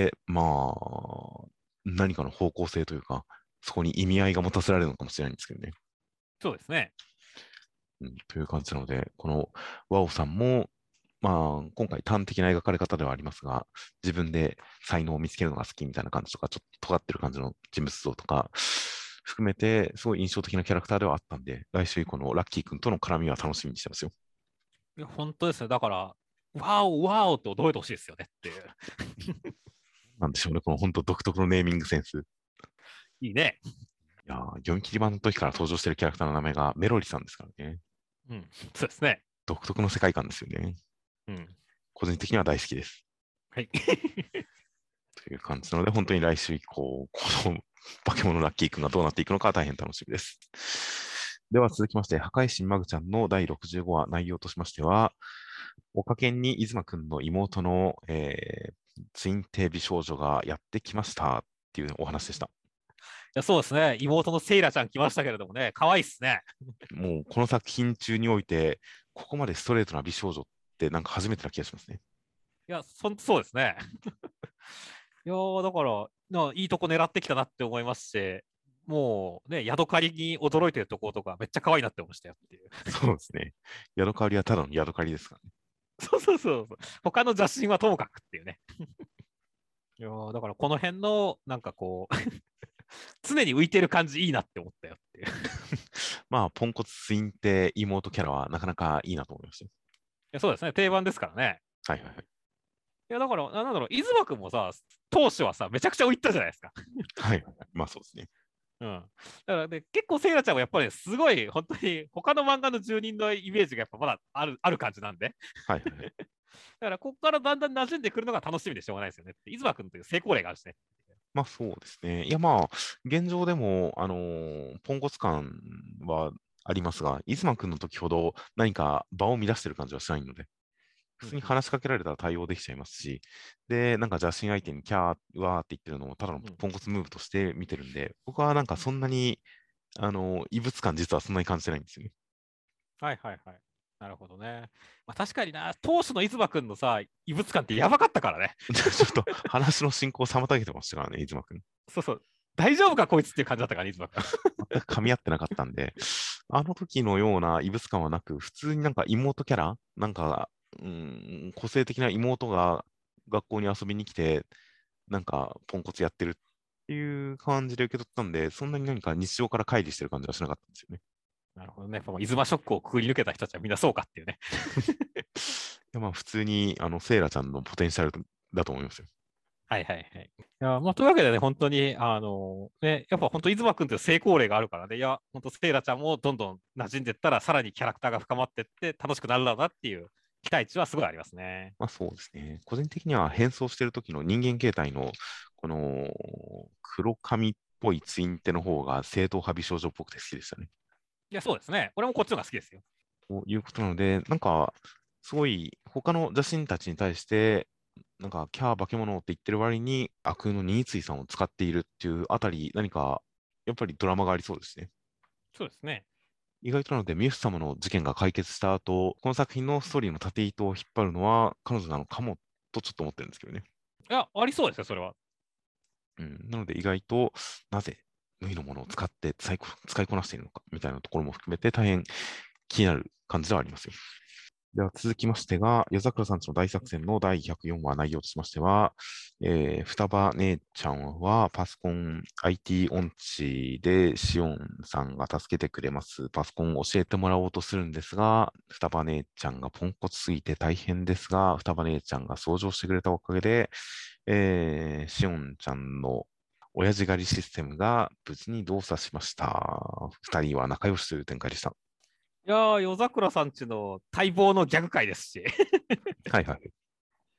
まあ、何かの方向性というか、そこに意味合いが持たせられるのかもしれないんですけどね。 そうですね。 うん、という感じなので、このワオさんも、まあ、今回端的な描かれ方ではありますが、自分で才能を見つけるのが好きみたいな感じとか、ちょっと尖ってる感じの人物像とか、含めて、すごい印象的なキャラクターではあったんで、来週以降のラッキー君との絡みは楽しみにしてますよ。 いや本当ですね。だから、ワオワオって覚えてほしいですよねっていう。 なんでしょうね、この本当独特のネーミングセンス。 いいね。 いやー、読み切り版の時から登場しているキャラクターの名前がメロリさんですからね。 うん、そうですね。 独特の世界観ですよね。 うん。 個人的には大好きです。 はい。 という感じなので、本当に来週以降、この化け物ラッキー君がどうなっていくのか大変楽しみです。では続きまして、破壊神マグちゃんのだいろくじゅうごわ、内容としましては、おかけんに出馬君の妹の、えー、ツインテー美少女がやってきましたっていうお話でした。 やそうですね。妹のセイラちゃん来ましたけれどもね、可愛いっすね。 もうこの作品中において、ここまでストレートな美少女ってなんか初めてな気がしますね。 いや、そんそうですね。いやーだからないいとこ狙ってきたなって思いますし、もうね、ヤドカリに驚いてるところとかめっちゃ可愛いなって思いましたよっていう。 そうですね。ヤドカリはただのヤドカリですからね。 そうそうそうそう。他の邪神はともかくっていうね。いやーだからこの辺のなんかこう常に浮いてる感じいいなって思ったよっていう。いまあ、ポンコツツインテー妹キャラはなかなかいいなと思いましたよ。 やそうですね、定番ですからね。 はいはいはい。 いやだから、なんだろう、出馬君もさ、当初はさ、めちゃくちゃ浮いたじゃないですか。 はいはいはい。まあそうですね。 うん。だからね、結構セイラちゃんはやっぱりすごい、本当に他の漫画の住人のイメージがやっぱまだあるある感じなんで。 はいはいはい。 だからここからだんだん馴染んでくるのが楽しみでしょうがないですよね。出馬君という成功例があるしね。 まあそうですね。いやまあ、現状でも、あのーポンコツ感はありますが、イズマン君の時ほど何か場を乱してる感じはしないので、普通に話しかけられたら対応できちゃいますし、で、なんか邪神相手にキャー、うわーって言ってるのもただのうん。 ポンコツムーブとして見てるんで、僕はなんかそんなに、あのー異物感実はそんなに感じてないんですよね。 はいはいはい。なるほどね。まあ、確かにな、当初の出馬君のさ、異物感ってやばかったからね。 ちょっと話の進行を妨げてましたからね、イズマ君。 そうそう。大丈夫かこいつっていう感じだったから、出馬君。 全く噛み合ってなかったんで、あの時のような異物感はなく、普通になんか妹キャラ、なんか、うん、個性的な妹が学校に遊びに来て、なんかポンコツやってるっていう感じで受け取ったんで、そんなに何か日常から乖離してる感じはしなかったんですよね。 なるほどね。やっぱもう出馬ショックをくぐり抜けた人たちはみんなそうかっていうね。 いやまあ普通にあのセイラちゃんのポテンシャルだと思いますよ。 はいはいはい。いやまあ、というわけでね、本当に、あのね、やっぱ本当、出馬君っていう成功例があるからね、いや、本当、セイラちゃんもどんどん馴染んでいったら、さらにキャラクターが深まっていって、楽しくなるだろうなっていう期待値はすごいありますね。 まあそうですね。個人的には変装してる時の人間形態のこの黒髪っぽいツインテの方が正統派美少女っぽくて好きでしたね。 いや、そうですね。俺もこっちの方が好きですよ。 ということなので、なんか、すごい、他の邪神たちに対して、なんか、キャー化け物って言ってる割に、悪のニーツイさんを使っているっていうあたり、何か、やっぱりドラマがありそうですね。 そうですね。 意外となので、ミュス様の事件が解決した後、この作品のストーリーの縦糸を引っ張るのは彼女なのかもとちょっと思ってるんですけどね。 いや、ありそうですよ、それは。 うん、なので、意外となぜ無意のものを使って使いこ使いこなしているのかみたいなところも含めて大変気になる感じではありますよ。では続きましてが、夜桜さんちの大作戦のだいひゃくよんわ内容としましては、えー、双葉姉ちゃんはパソコン アイティー 音痴でシオンさんが助けてくれます。パソコンを教えてもらおうとするんですが、双葉姉ちゃんがポンコツすぎて大変ですが、双葉姉ちゃんが掃除をしてくれたおかげで、えー、シオンちゃんの親父狩りシステムが無事に動作しました。二人は仲良しという展開でした。 いやー、夜桜さんちの待望のギャグ回ですし。 はいはい。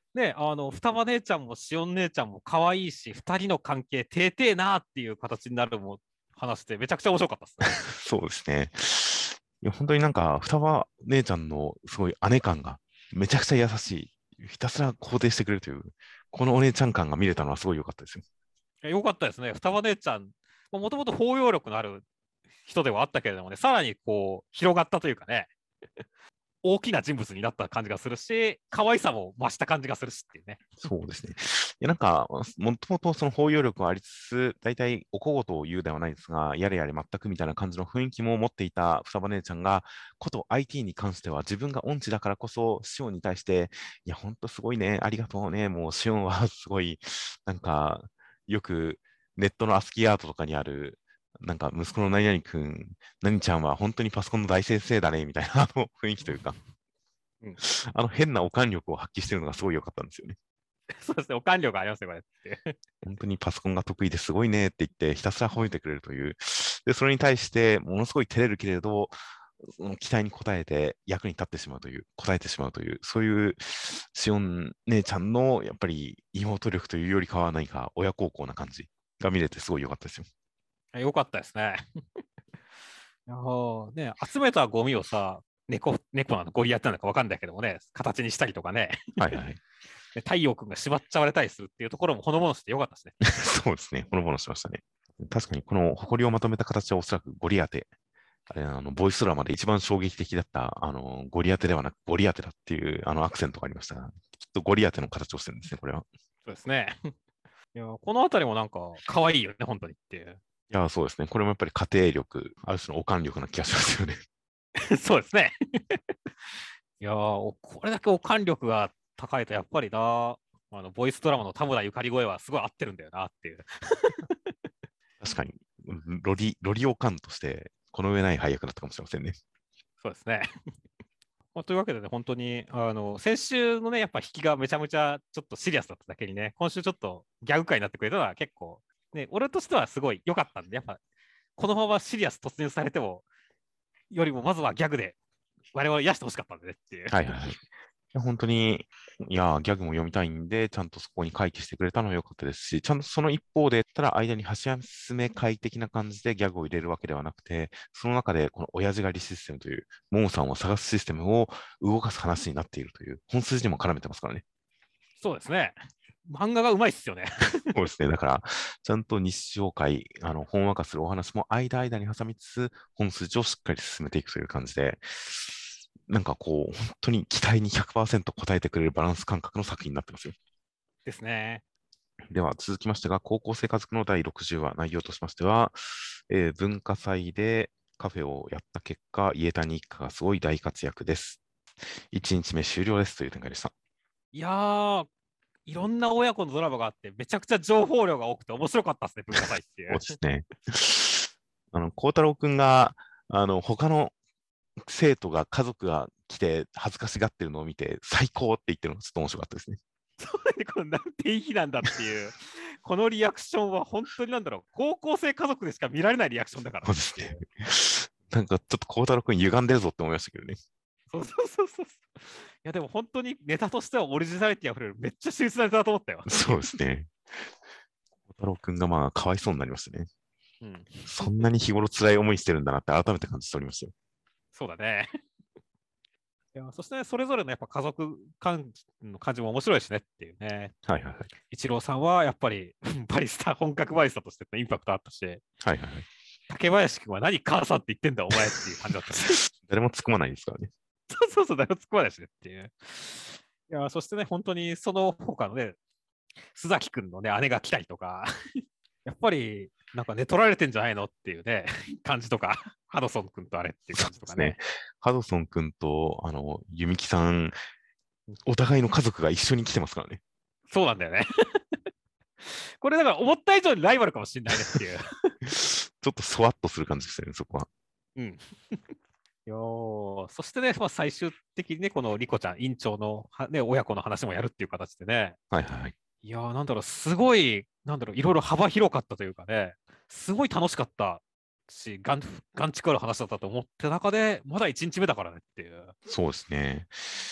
ね、あの双葉姉ちゃんもしおん姉ちゃんも可愛いし、ふたりの関係、てえてえなっていう形になるも話して、めちゃくちゃ面白かったですね。 そうですね。いや、本当になんか、双葉姉ちゃんのすごい姉感がめちゃくちゃ優しい。ひたすら肯定してくれるという、このお姉ちゃん感が見れたのはすごい良かったですよ。 よかったですね。双葉姉ちゃん、もともと包容力のある人ではあったけれどもね、さらにこう広がったというかね、大きな人物になった感じがするし、可愛さも増した感じがするしっていうね。 そうですね。いや、なんか、もともとその包容力はありつつ、大体お小言を言うではないですが、やれやれ全くみたいな感じの雰囲気も持っていた双葉姉ちゃんが、こと アイティー に関しては自分が音痴だからこそ、シオンに対して、いや、ほんとすごいね、ありがとうね、もうシオンはすごい、なんか、よくネットのアスキーアートとかにある、なんか息子の何々くん、何ちゃんは本当にパソコンの大先生だね、みたいなあの雰囲気というか、 うん、 あの変なお感力を発揮してるのがすごい良かったんですよね。 そうですね、お感量がありますね、これって。 本当にパソコンが得意ですごいねって言って、ひたすら褒めてくれるという。で、それに対して、ものすごい照れるけれど、その期待に応えて役に立ってしまうという、応えてしまうという、そういうしおん姉ちゃんのやっぱり妹力というよりかは何か親孝行な感じが見れてすごい良かったですよ。 よかったですね。いやね、集めたゴミをさ、猫、猫なのゴリラってなのか分かんないけどもね、形にしたりとかね、 はいはい。 太陽君が縛っちゃわれたりするっていうところもほのぼのしてよかったですね。 そうですね。ほのぼのしましたね。確かにこの誇りをまとめた形はおそらくゴリアテ。あれ、あの、ボイスドラマで一番衝撃的だった、あの、ゴリアテではなくゴリアテだっていう、あの、アクセントがありましたが、きっとゴリアテの形をしてるんですね、これは。 そうですね。いや、このあたりもなんか可愛いよね、本当にっていう。 いや、そうですね。これもやっぱり家庭力、ある種のおかん力な気がしますよね。 そうですね。いやこれだけお感力が高いと、やっぱりな、あのボイスドラマの田村ゆかり声はすごい合ってるんだよなっていう。 確かに、ロリ、ロリオカンとして、この上ない配役だったかもしれませんね。 そうですね。まあ、というわけでね、本当に、あの、先週のね、やっぱ引きがめちゃめちゃちょっとシリアスだっただけにね、今週ちょっとギャグ界になってくれたのは結構、ね、俺としてはすごい良かったんで、やっぱ、このままシリアス突入されても、よりもまずはギャグで我々癒してほしかったんでねっていう。 はいはいはい。いや本当に、いや、ギャグも読みたいんで、ちゃんとそこに回帰してくれたのは良かったですし、ちゃんとその一方で、ただ間に箸休め会的な感じでギャグを入れるわけではなくて、その中でこの親父狩りシステムという、モモさんを探すシステムを動かす話になっているという、本筋にも絡めてますからね。 そうですね。漫画がうまいっすよね。 そうですね。だから、ちゃんと日常会、あの、ほんわかするお話も間間に挟みつつ、本筋をしっかり進めていくという感じで、なんかこう、本当に期待にひゃくパーセント応えてくれるバランス感覚の作品になってますよ。 ですね。 では、続きましてが、高校生家族のだいろくじゅうわ、内容としましては、えー文化祭でカフェをやった結果、家谷一家がすごい大活躍です。いちにちめ終了ですという展開でした。 いやー、いろんな親子のドラマがあって、めちゃくちゃ情報量が多くて面白かったですね、文化祭っていそうう。 ですね。あの、孝太郎くんが、あの、他の生徒が、家族が来て恥ずかしがってるのを見て、最高って言ってるのがちょっと面白かったですね。 このなんていい日なんだっていう、このリアクションは本当になんだろう、高校生家族でしか見られないリアクションだからそうですね。なんかちょっと孝太郎くん歪んでるぞって思いましたけどね。 そうそうそうそう。いや、でも本当にネタとしてはオリジナリティあふれる、めっちゃ秀逸なネタだと思ったよ。 そうですね。孝太郎くんがまあ、かわいそうになりましたね。 うん、 そんなに日頃辛い思いしてるんだなって改めて感じておりますよ。 そうだね。いやそして、ね、それぞれのやっぱ家族間の感じも面白いしねっていうね。 はいはいはい。 一郎さんはやっぱりバリスタ、本格バリスタとしてのインパクトあったし、 はいはいはい。 竹林君は何母さんって言ってんだお前っていう感じだったし。 誰も突っ込まないですからね。 そうそうそう、誰も突っ込まないしねっていう。いやそしてね、本当にその他のね、須崎君のね、姉が来たりとか、やっぱりなんか寝取られてんじゃないのっていうね、感じとか、ハドソン君とあれっていう感じとかね。 そうですね。ハドソン君と、あの、弓木さん、お互いの家族が一緒に来てますからね。 そうなんだよね。これだから思った以上にライバルかもしれないねっていう。 ちょっとそわっとする感じでしたね、そこは。 うん。よそしてね、まあ、最終的にね、このリコちゃん、院長の、ね、親子の話もやるっていう形でね、 はいはいはい。 いやー、なんだろう、すごい、なんだろう、いろいろ幅広かったというかね、すごい楽しかったし、ガン、ガンチクある話だったと思って中で、まだいちにちめだからねっていう。 そうですね。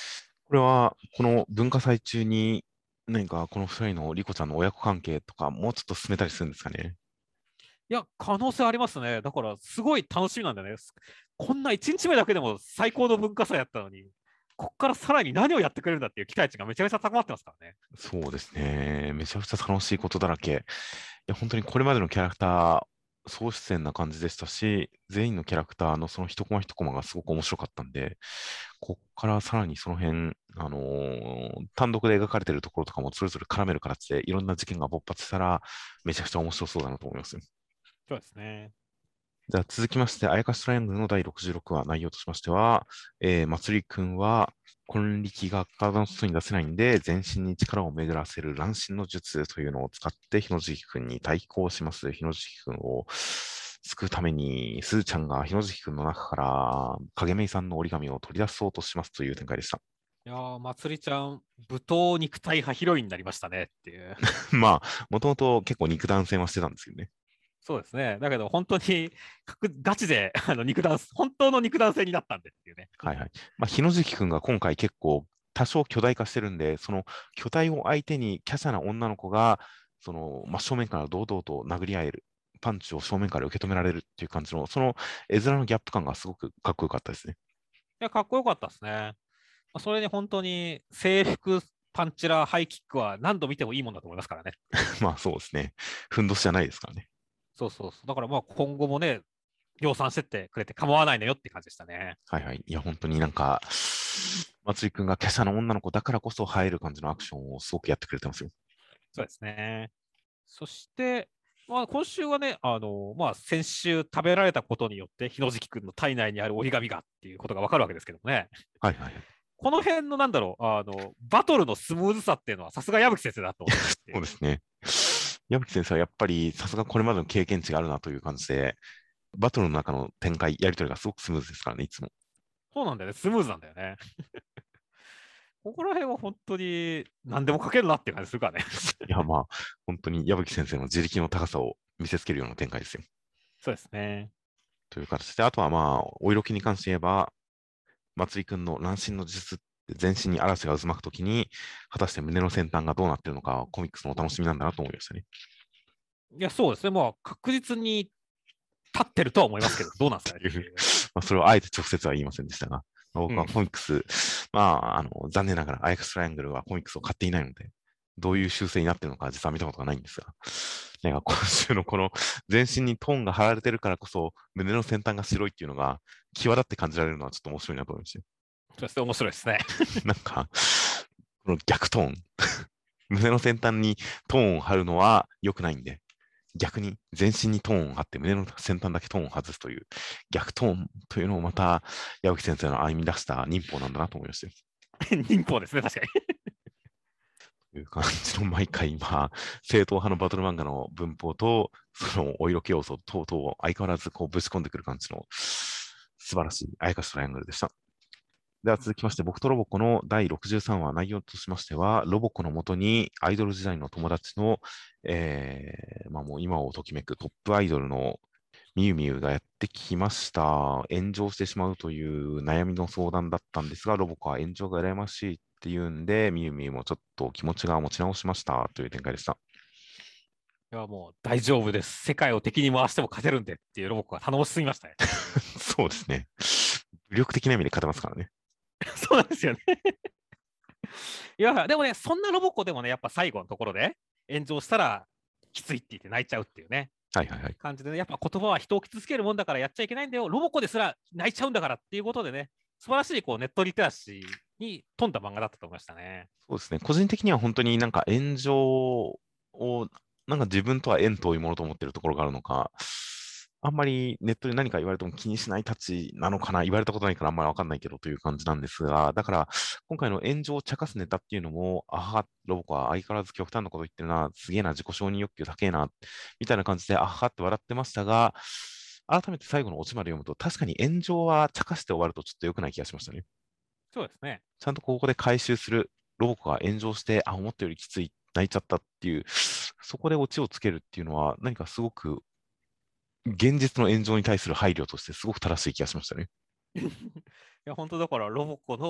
これは、この文化祭中に、何かこのふたりのリコちゃんの親子関係とか、もうちょっと進めたりするんですかね。 いや、可能性ありますね。だから、すごい楽しみなんだよね。こんないちにちめだけでも最高の文化祭やったのに、こっからさらに何をやってくれるんだっていう期待値がめちゃめちゃ高まってますからね。 そうですね。めちゃくちゃ楽しいことだらけ。いや、本当にこれまでのキャラクター、総出演な感じでしたし、全員のキャラクターのその一コマ一コマがすごく面白かったんで、こっからさらにその辺、あのー単独で描かれているところとかもそれぞれ絡める形でいろんな事件が勃発したら、めちゃくちゃ面白そうだなと思います。 そうですね。 じゃあ続きまして、あやかしトライアングルのだいろくじゅうろくわ、内容としましては、えー、まつりくんは、根力が体の外に出せないんで、全身に力を巡らせる乱心の術というのを使って、日野月くんに対抗します。日野月くんを救うために、すーちゃんが日野月くんの中から影めいさんの折り紙を取り出そうとしますという展開でした。 いやー、まつりちゃん、舞踏肉体派ヒロインになりましたねっていう。 まあ、もともと結構肉弾戦はしてたんですけどね。 そうですね。だけど、本当にガチであの肉弾、本当の肉弾戦になったんでっていうね。 はいはい。まあ、日野月くんが今回結構多少巨大化してるんで、その巨体を相手に華奢な女の子が、その真正面から堂々と殴り合える、パンチを正面から受け止められるっていう感じの、その絵面のギャップ感がすごくかっこよかったですね。 いや、かっこよかったですね。まあそれに本当に制服、パンチラ、ハイキックは何度見てもいいもんだと思いますからね。 まあそうですね。ふんどしじゃないですからね。 そうそうそう。だからまあ今後もね、量産してってくれて構わないのよって感じでしたね。 はいはい。いや、本当になんか、松井くんが華奢な女の子だからこそ映える感じのアクションをすごくやってくれてますよ。 そうですね。そして、まあ、今週はね、あのまあ、先週食べられたことによって、日野月君の体内にある折り紙がっていうことが分かるわけですけどもね、 はいはいはい。 この辺のなんだろう、あのバトルのスムーズさっていうのは、さすが矢吹先生だと思いますっていう。 そうですね。矢吹先生はやっぱりさすがこれまでの経験値があるなという感じで、バトルの中の展開、やり取りがすごくスムーズですからね、いつも。 そうなんだよね、スムーズなんだよね。ここら辺は本当に何でも書けるなっていう感じするからね。 いや、まあ、本当に矢吹先生の自力の高さを見せつけるような展開ですよ。 そうですね。 という形で、あとはまあ、お色気に関して言えば、まつりくんの乱心の術って全身に嵐が渦巻くときに、果たして胸の先端がどうなっているのか、コミックスのお楽しみなんだなと思いましたね。 いや、そうですね、もう確実に立ってるとは思いますけど、どうなんですかねっていう。 まあ、それをあえて直接は言いませんでしたが、まあ、 うん、 僕はコミックス、まあ、あの、残念ながら、アイエックストライアングルはコミックスを買っていないので、どういう修正になっているのか実は見たことがないんですが、なんか今週のこの全身にトーンが貼られてるからこそ、胸の先端が白いっていうのが、際立って感じられるのはちょっと面白いなと思いましたよ。 そうですね、面白いですね。 なんか、この逆トーン、胸の先端にトーンを貼るのは良くないんで、逆に全身にトーンを貼って胸の先端だけトーンを外すという逆トーンというのをまた矢吹先生の編み出した忍法なんだなと思いましたよ。 忍法ですね、確かに。 という感じの毎回、まあ、正統派のバトル漫画の文法と、そのお色気要素等々を相変わらずこうぶち込んでくる感じの素晴らしいあやかしトライアングルでした。では続きまして、僕とロボコのだいろくじゅうさんわ、内容としましては、ロボコのもとにアイドル時代の友達の、えーまあ、もう今をときめくトップアイドルのみゆみゆがやってきました。炎上してしまうという悩みの相談だったんですが、ロボコは炎上が羨ましいっていうんで、みゆみゆもちょっと気持ちが持ち直しましたという展開でした。 いや、もう大丈夫です。世界を敵に回しても勝てるんでっていうロボコが頼もしすぎましたね。 そうですね。武力的な意味で勝てますからね。 そうなんですよね。いや、でもね、そんなロボコでもね、やっぱ最後のところで炎上したらきついって言って泣いちゃうっていうね、 はいはいはい。 感じでね、やっぱ言葉は人を傷つけるもんだからやっちゃいけないんだよ。ロボコですら泣いちゃうんだからっていうことでね、素晴らしいこうネットリテラシーに富んだ漫画だったと思いましたね。 そうですね。個人的には本当になんか炎上を、なんか自分とは縁遠いものと思ってるところがあるのか、あんまりネットで何か言われても気にしないたちなのかな、言われたことないからあんまりわかんないけどという感じなんですが、だから今回の炎上を茶化すネタっていうのも、あは、ロボコは相変わらず極端なこと言ってるな、すげえな、自己承認欲求高えな、みたいな感じで、あはって笑ってましたが、改めて最後のオチまで読むと、確かに炎上は茶化して終わるとちょっと良くない気がしましたね。 そうですね。 ちゃんとここで回収する、ロボコが炎上して、あ、思ったよりきつい、泣いちゃったっていう、そこでオチをつけるっていうのは、何かすごく現実の炎上に対する配慮としてすごく正しい気がしましたね。 いや、本当だからロボコの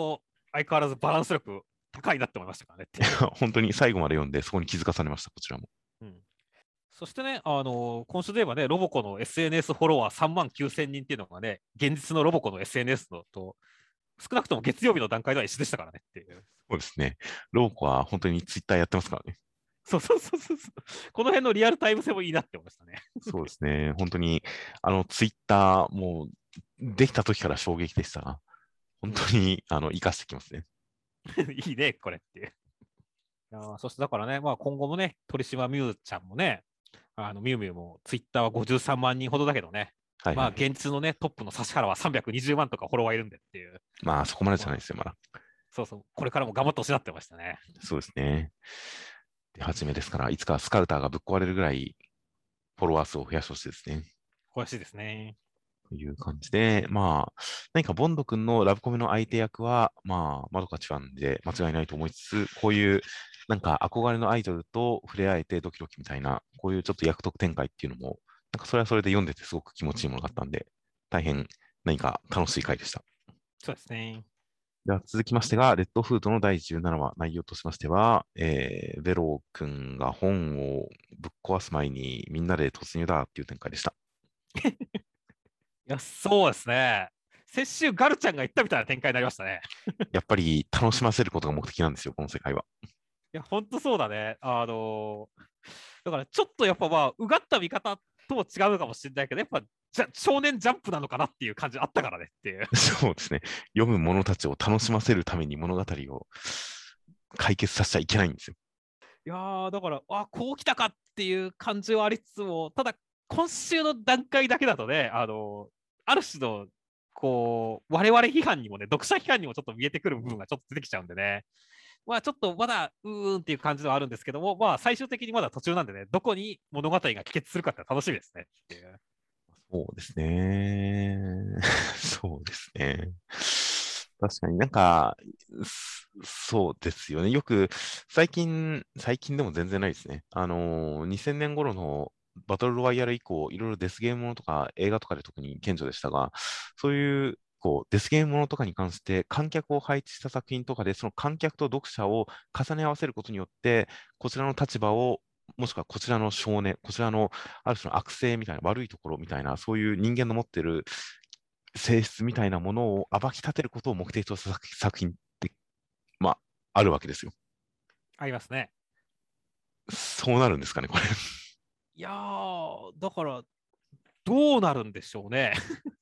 相変わらずバランス力高いなって思いましたからねっていう。 本当に最後まで読んで、そこに気づかされました、こちらも。 うん、そしてね、あのー今週で言えばね、ロボコの エスエヌエス フォロワーさんまんきゅうせんにんっていうのがね、現実のロボコの エスエヌエス のと、少なくとも月曜日の段階では一緒でしたからねっていう。 そうですね。ローコは本当にツイッターやってますからね。 そうそうそうそうそう。この辺のリアルタイム性もいいなって思いましたね。 そうですね。本当に、あの、ツイッター、もう、できた時から衝撃でしたが、本当に、あの、活かしてきますね。 いいね、これっていう。いやーそしてだからね、まあ、今後もね、鳥島ミュウちゃんもね、あのミュウミュウもツイッターはごじゅうさんまん人ほどだけどね、まあ、 はいはい。 現実のね、トップの指原はさんびゃくにじゅうまんとかフォロワーいるんでっていう、 まあ、そこまでじゃまあ、 ないですよ、まだ。 そうそう、これからも頑張ってほしいなってましたね。 そうですね。で、初めですから、いつかスカウターがぶっ壊れるぐらい、フォロワー数を増やしてほしいですね。 悔しいですね。 という感じで、まあ、何かボンド君のラブコメの相手役は、まあ、まどかちファンで間違いないと思いつつ、こういう、なんか憧れのアイドルと触れ合えてドキドキみたいな、こういうちょっと役得展開っていうのも、なんかそれはそれで読んでてすごく気持ちいいものがあったんで、大変何か楽しい回でした。 そうですね。 では続きましてが、レッドフードのだいじゅうななわ、内容としましては、えー、ベロー君が本をぶっ壊す前にみんなで突入だっていう展開でした。 いや、そうですね。先週、ガルちゃんが言ったみたいな展開になりましたね。 やっぱり楽しませることが目的なんですよ、この世界は。 いや、本当そうだね。あのーだからちょっとやっぱまあ、うがった見方とも違うかもしれないけど、やっぱじゃ少年ジャンプなのかなっていう感じあったからねっていう。 そうですね。読む者たちを楽しませるために物語を解決させちゃいけないんですよ。 いやー、だから、あ、こう来たかっていう感じはありつつも、ただ、今週の段階だけだとね、あの、ある種の、こう、我々批判にもね、読者批判にもちょっと見えてくる部分がちょっと出てきちゃうんでね、まあ、ちょっとまだ、うーんっていう感じではあるんですけども、まあ、最終的にまだ途中なんでね、どこに物語が帰結するかって楽しみですねっていう。 そうですね。そうですね。確かになんか、そうですよね。よく、最近、最近でも全然ないですね。あのー、にせんねん頃のバトルロワイヤル以降、いろいろデスゲームものとか映画とかで特に顕著でしたが、そういう、こう、デスゲームものとかに関して観客を配置した作品とかで、その観客と読者を重ね合わせることによって、こちらの立場を、もしくはこちらの少年、こちらのある種の悪性みたいな、悪いところみたいな、そういう人間の持っている性質みたいなものを暴き立てることを目的とした作作品って、まあ、あるわけですよ。 ありますね。 そうなるんですかね、これ。 いやー、だから、どうなるんでしょうね。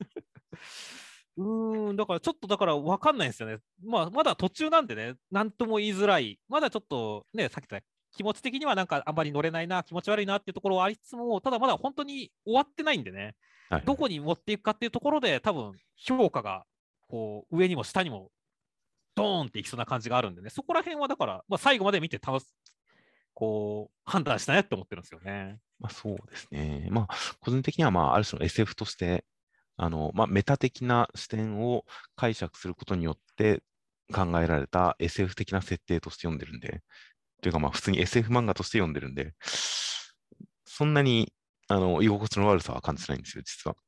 うーん、だからちょっとだから分かんないんですよね。まあ、まだ途中なんでね、なんとも言いづらい。まだちょっとね、さっき言った気持ち的にはなんかあんまり乗れないな、気持ち悪いなっていうところはありつつも、ただまだ本当に終わってないんでね、 はい、 どこに持っていくかっていうところで、多分評価がこう上にも下にもドーンっていきそうな感じがあるんでね、そこら辺はだから、まあ、最後まで見て楽しこう判断したねって思ってるんですよね。 まあ、そうですね。まあ、個人的には、まあ、ある種の エスエフ として、あの、まあ、メタ的な視点を解釈することによって考えられた エスエフ 的な設定として読んでるんで、というか、まあ、普通に エスエフ 漫画として読んでるんで、そんなに、あの、居心地の悪さは感じないんですよ、実は。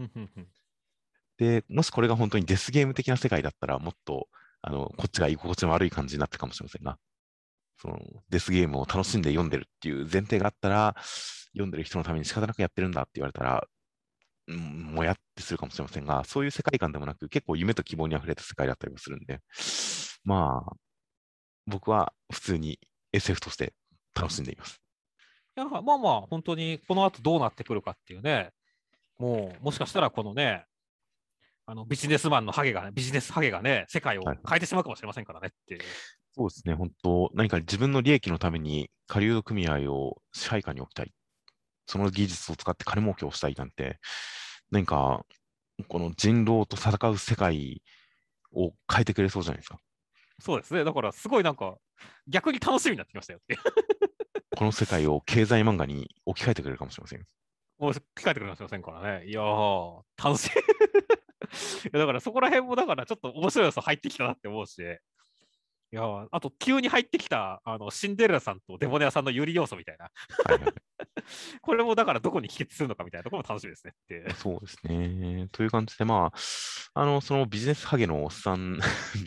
で、もしこれが本当にデスゲーム的な世界だったら、もっと、あの、こっちが居心地の悪い感じになってるかもしれませんが、その、デスゲームを楽しんで読んでるっていう前提があったら、読んでる人のために仕方なくやってるんだって言われたら、うん、もやってするかもしれませんが、そういう世界観でもなく、結構夢と希望に溢れた世界だったりもするんで、まあ、僕は普通に エスエフ として楽しんでいます。 いやまあまあ、本当にこの後どうなってくるかっていうね、もうもしかしたらこのね、あのビジネスマンのハゲがね、ビジネスハゲがね、世界をはい。 変えてしまうかもしれませんからねっていう。 そうですね、本当、何か自分の利益のために、狩人組合を支配下に置きたい。その技術を使って金儲けをしたいなんて、何か、この人狼と戦う世界を変えてくれそうじゃないですか。 そうですね。だからすごいなんか、逆に楽しみになってきましたよっていう。 この世界を経済漫画に置き換えてくれるかもしれません。 もう聞かれてくれませんからね。いやー、楽しい。いやだからそこら辺もだからちょっと面白い要素入ってきたなって思うし、いやーあと急に入ってきたあのシンデレラさんとデモネアさんの有利要素みたいな。 はいはい。 これもだからどこに帰結するのかみたいなところも楽しみですねっていう。 まあ、そうですね。という感じで、まあ、あの、そのビジネスハゲのおっさん、ビジネス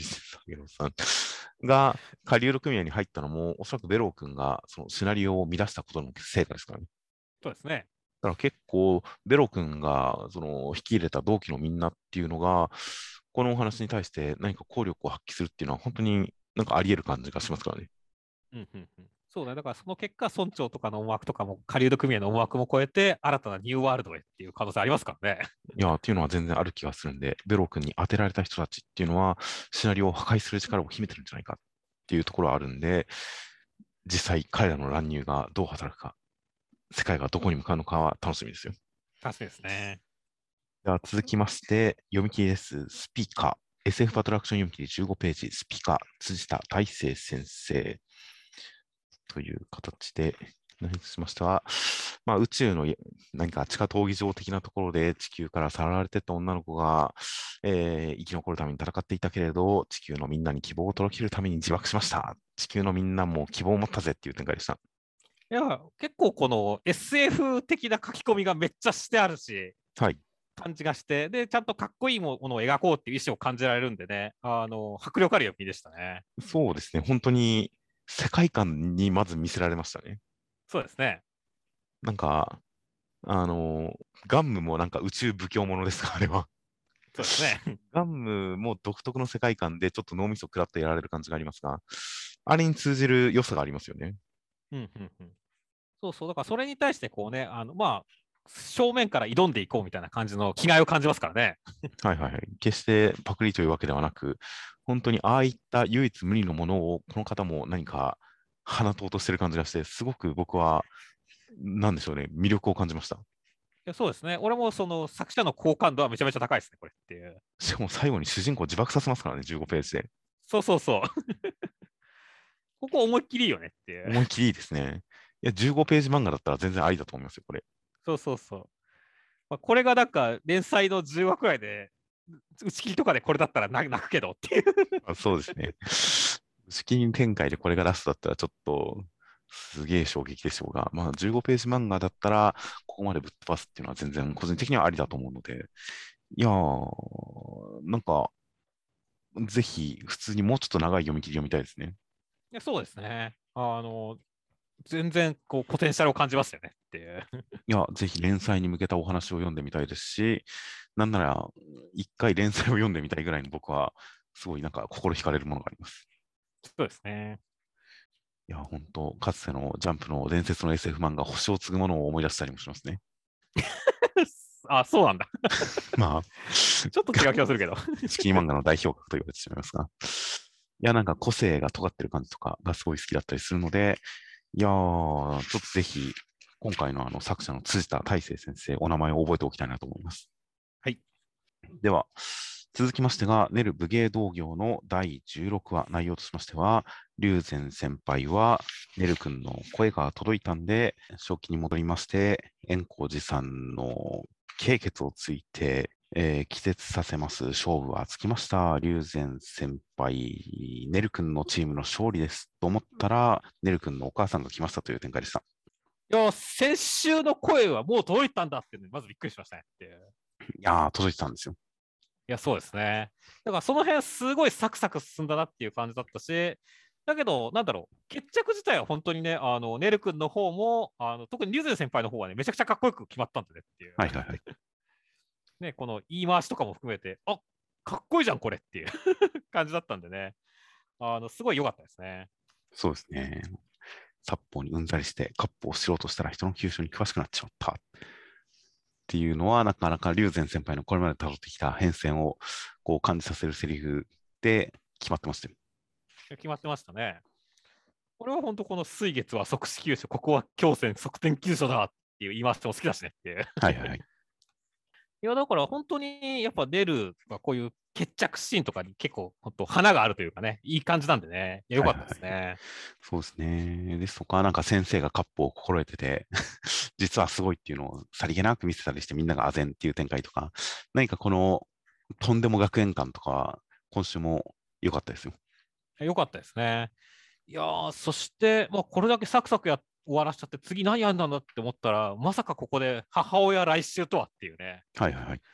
影郎さんが狩人組合に入ったのも、おそらくベロー君がそのシナリオを乱したことの成果ですからね。 そうですね。 だから結構、ベロ君がその引き入れた同期のみんなっていうのが、このお話に対して何か効力を発揮するっていうのは、本当になんかあり得る感じがしますからね。 うんうんうん、そうだ、だからその結果、村長とかの思惑とかも、狩人組合の思惑も超えて、新たなニューワールドへっていう可能性ありますからね。 いや、っていうのは全然ある気がするんで、ベロ君に当てられた人たちっていうのは、シナリオを破壊する力を秘めてるんじゃないかっていうところはあるんで、実際彼らの乱入がどう働くか、世界がどこに向かうのかは楽しみですよ。 確かにですね。 では続きまして、読み切りです。スピカー。エスエフ バトルアクション読み切りじゅうごページ、スピカー、辻田大成先生という形で、何としましては、まあ、宇宙の何か地下闘技場的なところで地球からさらわれてった女の子が、えー生き残るために戦っていたけれど、地球のみんなに希望を届けるために自爆しました。地球のみんなも希望を持ったぜっていう展開でした。 いや、結構この エスエフ 的な書き込みがめっちゃしてあるし、 はい。 感じがして、で、ちゃんとかっこいいものを描こうっていう意思を感じられるんでね、あの、迫力ある読みでしたね。 そうですね。本当に世界観にまず見せられましたね。 そうですね。 なんか、あの、ガンムもなんか宇宙不況ものですか、あれは。 そうですね。 ガンムも独特の世界観でちょっと脳みそ食らってやられる感じがありますが、あれに通じる良さがありますよね。 うんうんうん。そうそう、だからそれに対してこうね、あの、まあ、正面から挑んでいこうみたいな感じの気概を感じますからね。 はいはいはい。決してパクリというわけではなく、本当にああいった唯一無二のものをこの方も何か放とうとしてる感じがして、すごく僕は、なんでしょうね、魅力を感じました。 いやそうですね。俺もその作者の好感度はめちゃめちゃ高いですね、これっていう。 しかも最後に主人公自爆させますからね、じゅうごページで。 そうそうそう。ここ思いっきりいいよねっていう。 思いっきりいいですね。いや、じゅうごページ漫画だったら全然ありだと思いますよ、これ。 そうそうそう。まあ、これがなんか連載のじゅうわくらいで、打ち切りとかでこれだったら泣くけどっていう。 あ、そうですね。資金展開でこれがラストだったらちょっとすげえ衝撃でしょうが、まあじゅうごページ漫画だったらここまでぶっ飛ばすっていうのは全然個人的にはありだと思うので、いやー、なんかぜひ普通にもうちょっと長い読み切り読みたいですね。 いやそうですね。あの、全然こうポテンシャルを感じますよねっていう。 いや、ぜひ連載に向けたお話を読んでみたいですし、なんなら一回連載を読んでみたいぐらいに僕はすごいなんか心惹かれるものがあります。 そうですね。 いや、本当かつてのジャンプの伝説の エスエフ 漫画、星を継ぐものを思い出したりもしますね。 あ、そうなんだ。 まあ、 ちょっと違う気がするけど。 チキン漫画の代表格と言われてしまいますが。いや、なんか個性が尖ってる感じとかがすごい好きだったりするので、いやー、ちょっとぜひ、今回のあの作者の辻田大成先生、お名前を覚えておきたいなと思います。 はい。 では、続きましてが、ネル武芸道業のだいじゅうろくわ、内容としましては、龍禅先輩は、ネル君の声が届いたんで、正気に戻りまして、円光寺さんの経血をついて、えー気絶させます。勝負はつきました。龍禅先輩、ネル君のチームの勝利ですと思ったら、ネル君のお母さんが来ましたという展開でした。 いや、先週の声はもう届いたんだっていうのに、まずびっくりしましたねっていう。 いやー、届いてたんですよ。 いや、そうですね。だからその辺すごいサクサク進んだなっていう感じだったし、だけど、なんだろう、決着自体は本当にね、あの、ネル君の方も、あの特にリュウゼン先輩の方はね、めちゃくちゃかっこよく決まったんでねっていう。 はいはいはい。 ね、この言い回しとかも含めて、あ、かっこいいじゃん、これっていう感じだったんでね、あの、すごい良かったですね。 そうですね。殺法にうんざりして、カップをしようとしたら人の急所に詳しくなっちまったっていうのは、なかなか龍禅先輩のこれまで辿ってきた変遷をこう感じさせるセリフで決まってましたよ。 決まってましたね。これは本当この水月は即死急所、ここは強戦側転急所だっていう言い回しも好きだしねっていう。 はいはいはい。 いや、だから本当にやっぱ出るとか、こういう決着シーンとかに結構本当花があるというかね、いい感じなんでね、良かったですね。はいはいはい、 そうですね。ですとか、なんか先生がカップを心得てて実はすごいっていうのをさりげなく見せたりしてみんなが唖然っていう展開とか、何かこのとんでも学園感とか、今週も良かったですよ。 良かったですね。いやー、そして、まあ、これだけサクサクや終わらしちゃって、次何やんだんだって思ったら、まさかここで母親来週とはっていうね。 はいはいはい。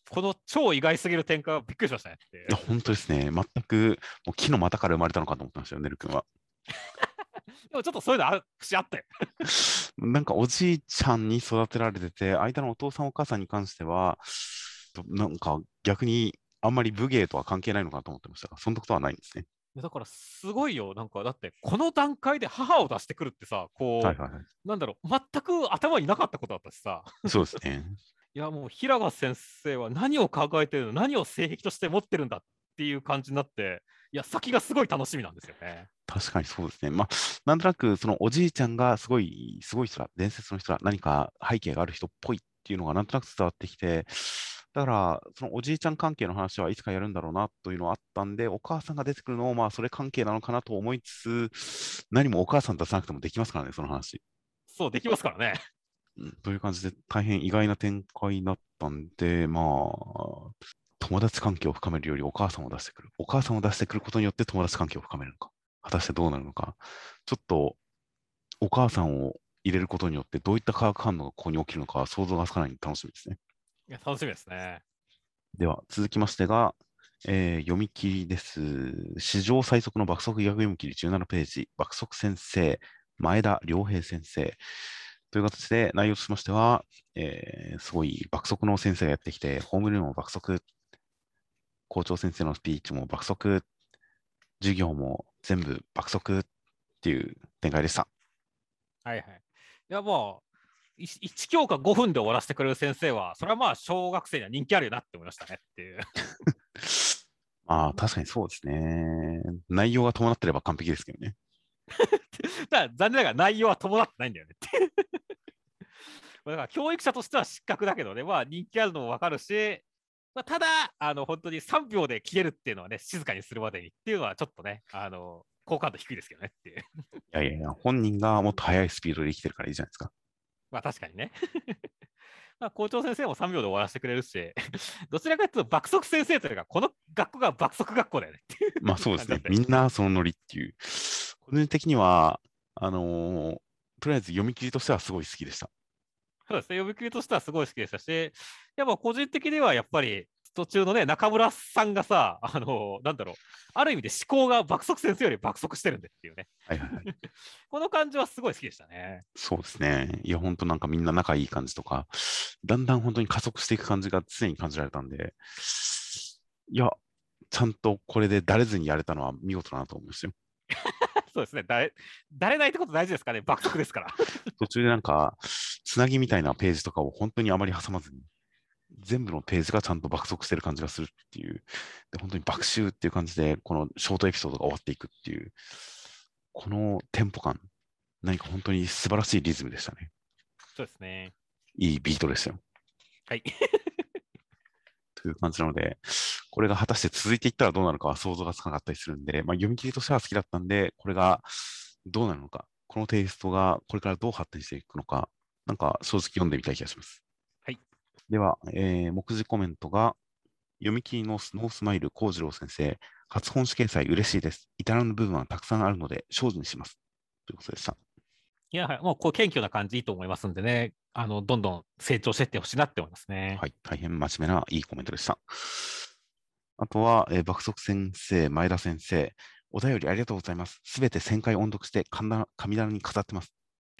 この超意外すぎる展開はびっくりしましたねっていう。 いや、本当ですね。全く、もう木の股から生まれたのかと思ってましたよ、ねるくんは。 でもちょっとそういうのある節あって。 なんかおじいちゃんに育てられてて、間のお父さんお母さんに関しては、となんか逆にあんまり武芸とは関係ないのかなと思ってましたが、そんなことはないんですね。 だからすごいよ。なんかだってこの段階で母を出してくるってさ、こはいはいはい。 う、なんだろう、全く頭になかったことだったしさ。 そうですね。 いやもう平賀先生は何を考えてるの、何を性癖として持ってるんだっていう感じになって、いや先がすごい楽しみなんですよね。 確かにそうですね。まあ、なんとなく、そのおじいちゃんがすごい、すごい人だ、伝説の人だ、何か背景がある人っぽいっていうのがなんとなく伝わってきて、だから、そのおじいちゃん関係の話はいつかやるんだろうなというのはあったんで、お母さんが出てくるのも、まあ、それ関係なのかなと思いつつ、何もお母さん出さなくてもできますからね、その話。 そうできますからね。 うん、という感じで、大変意外な展開だったんで、まあ、友達関係を深めるよりお母さんを出してくる。お母さんを出してくることによって友達関係を深めるのか。果たしてどうなるのか。ちょっとお母さんを入れることによってどういった化学反応がここに起きるのか想像がつかないので楽しみですね。 いや楽しみですね。 では、続きましてが、えー読み切りです。史上最速の爆速逆読み切りじゅうななページ、爆速先生、前田良平先生。という形で内容としましては、えーすごい爆速の先生がやってきて、ホームルームも爆速、校長先生のスピーチも爆速、授業も全部爆速っていう展開でした。 はいはい。いやもう、いち教科ごふんで終わらせてくれる先生は、それはまあ小学生には人気あるよなって思いましたねっていう。 まあ、確かにそうですね。内容が伴ってれば完璧ですけどね。 ただ残念ながら内容は伴ってないんだよねっていう。だから教育者としては失格だけどね、まあ人気あるのもわかるし、まあ、ただ、あの本当にさんびょうで消えるっていうのはね、静かにするまでにっていうのはちょっとね、あの好感度低いですけどねっていう。 いやいやいや、本人がもっと速いスピードで生きてるからいいじゃないですか。 まあ確かにね。まあ校長先生もさんびょうで終わらせてくれるし、どちらかというと爆速先生というか、この学校が爆速学校だよねっていうまあそうですね。 感じだったよ。 みんなそのノリっていう。個人的には、あのーとりあえず読み切りとしてはすごい好きでした。 そうですね、呼び切りとしてはすごい好きでしたし、やっぱ個人的にはやっぱり途中のね、中村さんがさ、あの、なんだろう、ある意味で思考が爆速先生より爆速してるんでっていうね。 はいはいはい。 この感じはすごい好きでしたね。 そうですね。いや、本当なんかみんな仲いい感じとか、だんだん本当に加速していく感じが常に感じられたんで、いや、ちゃんとこれでだれずにやれたのは見事だなと思いますよ。 そうですね、だれ、だれないってこと大事ですかね、爆速ですから。 途中でなんか、つなぎみたいなページとかを本当にあまり挟まずに、全部のページがちゃんと爆速してる感じがするっていう、で本当に爆臭っていう感じで、このショートエピソードが終わっていくっていう、このテンポ感、何か本当に素晴らしいリズムでしたね。 そうですね。 いいビートでしたよ。 はい。 という感じなので、これが果たして続いていったらどうなるかは想像がつかなかったりするんで、まあ、読み切りとしては好きだったんで、これがどうなるのか、このテイストがこれからどう発展していくのか、なんか正直読んでみたい気がします。 はい。 では、えー目次コメントが、読み切りのノースマイル幸次郎先生、初本試験祭嬉しいです。至らぬ部分はたくさんあるので、精進します。ということでした。 いや、はい、もうこう謙虚な感じいいと思いますんでね、あの、どんどん成長していってほしいなって思いますね。 はい、大変真面目ないいコメントでした。あとは、えー爆速先生、前田先生、お便りありがとうございます。すべてせんかい音読して神棚神棚に飾ってます。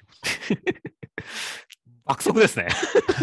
爆速ですね。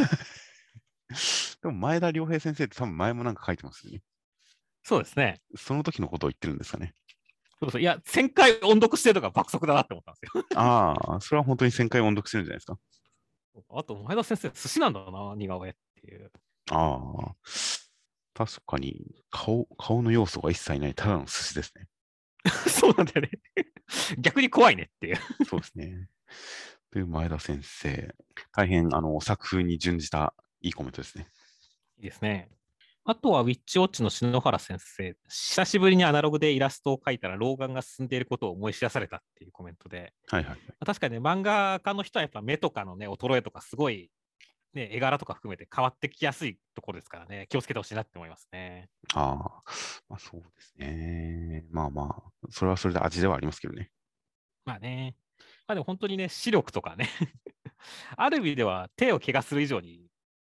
でも前田良平先生って多分前もなんか書いてますよね。 そうですね。 その時のことを言ってるんですかね。 そうそういや、せんかい音読してるのが爆速だなって思ったんですよ。 ああ、それは本当にせんかい音読してるんじゃないですか。 あと、前田先生、寿司なんだな、似顔絵っていう。 ああ、確かに顔、顔の要素が一切ないただの寿司ですね。 そうなんだよね。逆に怖いねっていう。 そうですね。という前田先生、大変あの作風に準じたいいコメントですね。 いいですね。あとは、ウィッチウォッチの篠原先生、久しぶりにアナログでイラストを描いたら、老眼が進んでいることを思い知らされたっていうコメントで、 はいはいはい。 確かにね、漫画家の人はやっぱ目とかのね、衰えとか、すごい、ね、絵柄とか含めて変わってきやすいところですからね、気をつけてほしいなって思いますね。 ああ、まあそうですね。まあまあ、それはそれで味ではありますけどね。 まあね。まあでも本当にね、視力とかね、ある意味では手を怪我する以上に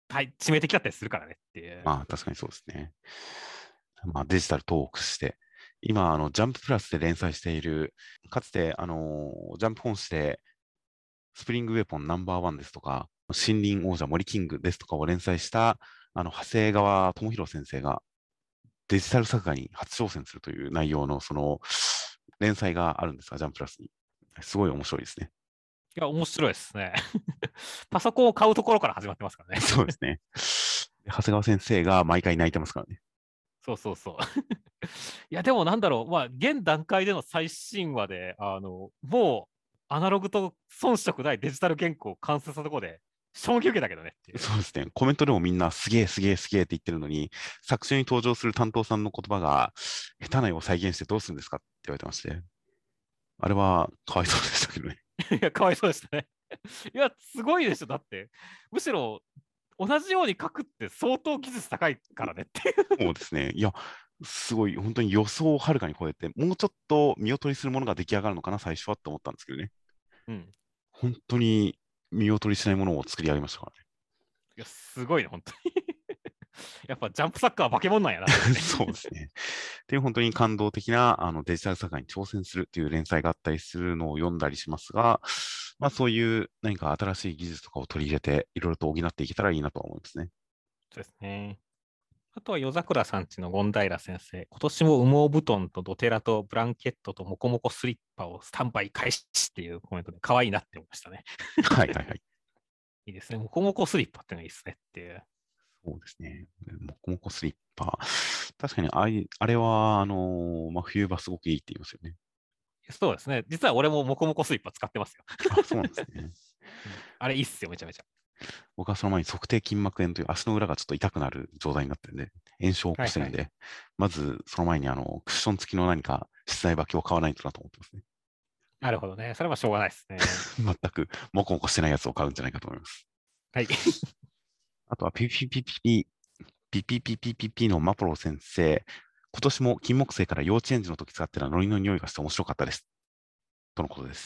はい致命的だったりするからねっていう。 まあ、確かにそうですね。まあ、デジタル等を駆使して、今、あの、ジャンププラスで連載している、かつて、あの、ジャンプ本誌で、スプリングウェポンナンバーワンですとか、森林王者森キングですとかを連載した、あの、長谷川智弘先生がデジタル作画に初挑戦するという内容の、その、連載があるんですが、ジャンププラスに。すごい面白いですね。 いや、面白いですね。パソコンを買うところから始まってますからね。 そうですね。長谷川先生が毎回泣いてますからね。 そうそうそう。いや、でもなんだろう、まあ、現段階での最新話で、あの、もう、アナログと遜色ないデジタル原稿を完成したところで、衝撃受けたけどねっていう。 そうですね。コメントでもみんなすげえすげえすげえって言ってるのに、作中に登場する担当さんの言葉が、下手な絵を再現してどうするんですかって言われてまして、あれはかわいそうでしたけどね。 いや、かわいそうでしたね。いや、すごいでしょ。だって、むしろ、同じように書くって相当技術高いからねっていう。 そうですね。いや、すごい、本当に予想をはるかに超えて、もうちょっと見劣りするものが出来上がるのかな、最初はって思ったんですけどね。 うん。 本当に見劣りしないものを作り上げましたからね。 いや、すごいね、本当に。やっぱジャンプサッカーは化け物なんやな。 そうですね。っていう本当に感動的なあのデジタル作家に挑戦するっていう連載があったりするのを読んだりしますが、まあそういう何か新しい技術とかを取り入れて、いろいろと補っていけたらいいなと思いますね。 そうですね。あとは夜桜さんちの権平先生、今年も羽毛布団とドテラとブランケットとモコモコスリッパをスタンバイ開始っていうコメントで可愛いなって思いましたね。 はいはいはい。 いいですね。モコモコスリッパってのがいいですねっていう。 そうですね。もこもこスリッパ。確かにあい、あれは、あのーまあ、冬場すごくいいって言いますよね。 そうですね。実は俺もモコモコスリッパ使ってますよ。 あ、そうなんですね。 うん、あれいいっすよ、めちゃめちゃ。 僕はその前に測定筋膜炎という足の裏がちょっと痛くなる状態になってるんで、炎症を起こしてるんで、 はいはい。 まずその前にあのクッション付きの何か室内履きを買わないとなと思ってますね。 なるほどね。それはしょうがないですね。 全くモコモコしてないやつを買うんじゃないかと思います。 はい。 あとはピピピピピ、ピピピピピピのマポロ先生、今年も金木犀から幼稚園児の時使ってたノリの匂いがして面白かったです。とのことです。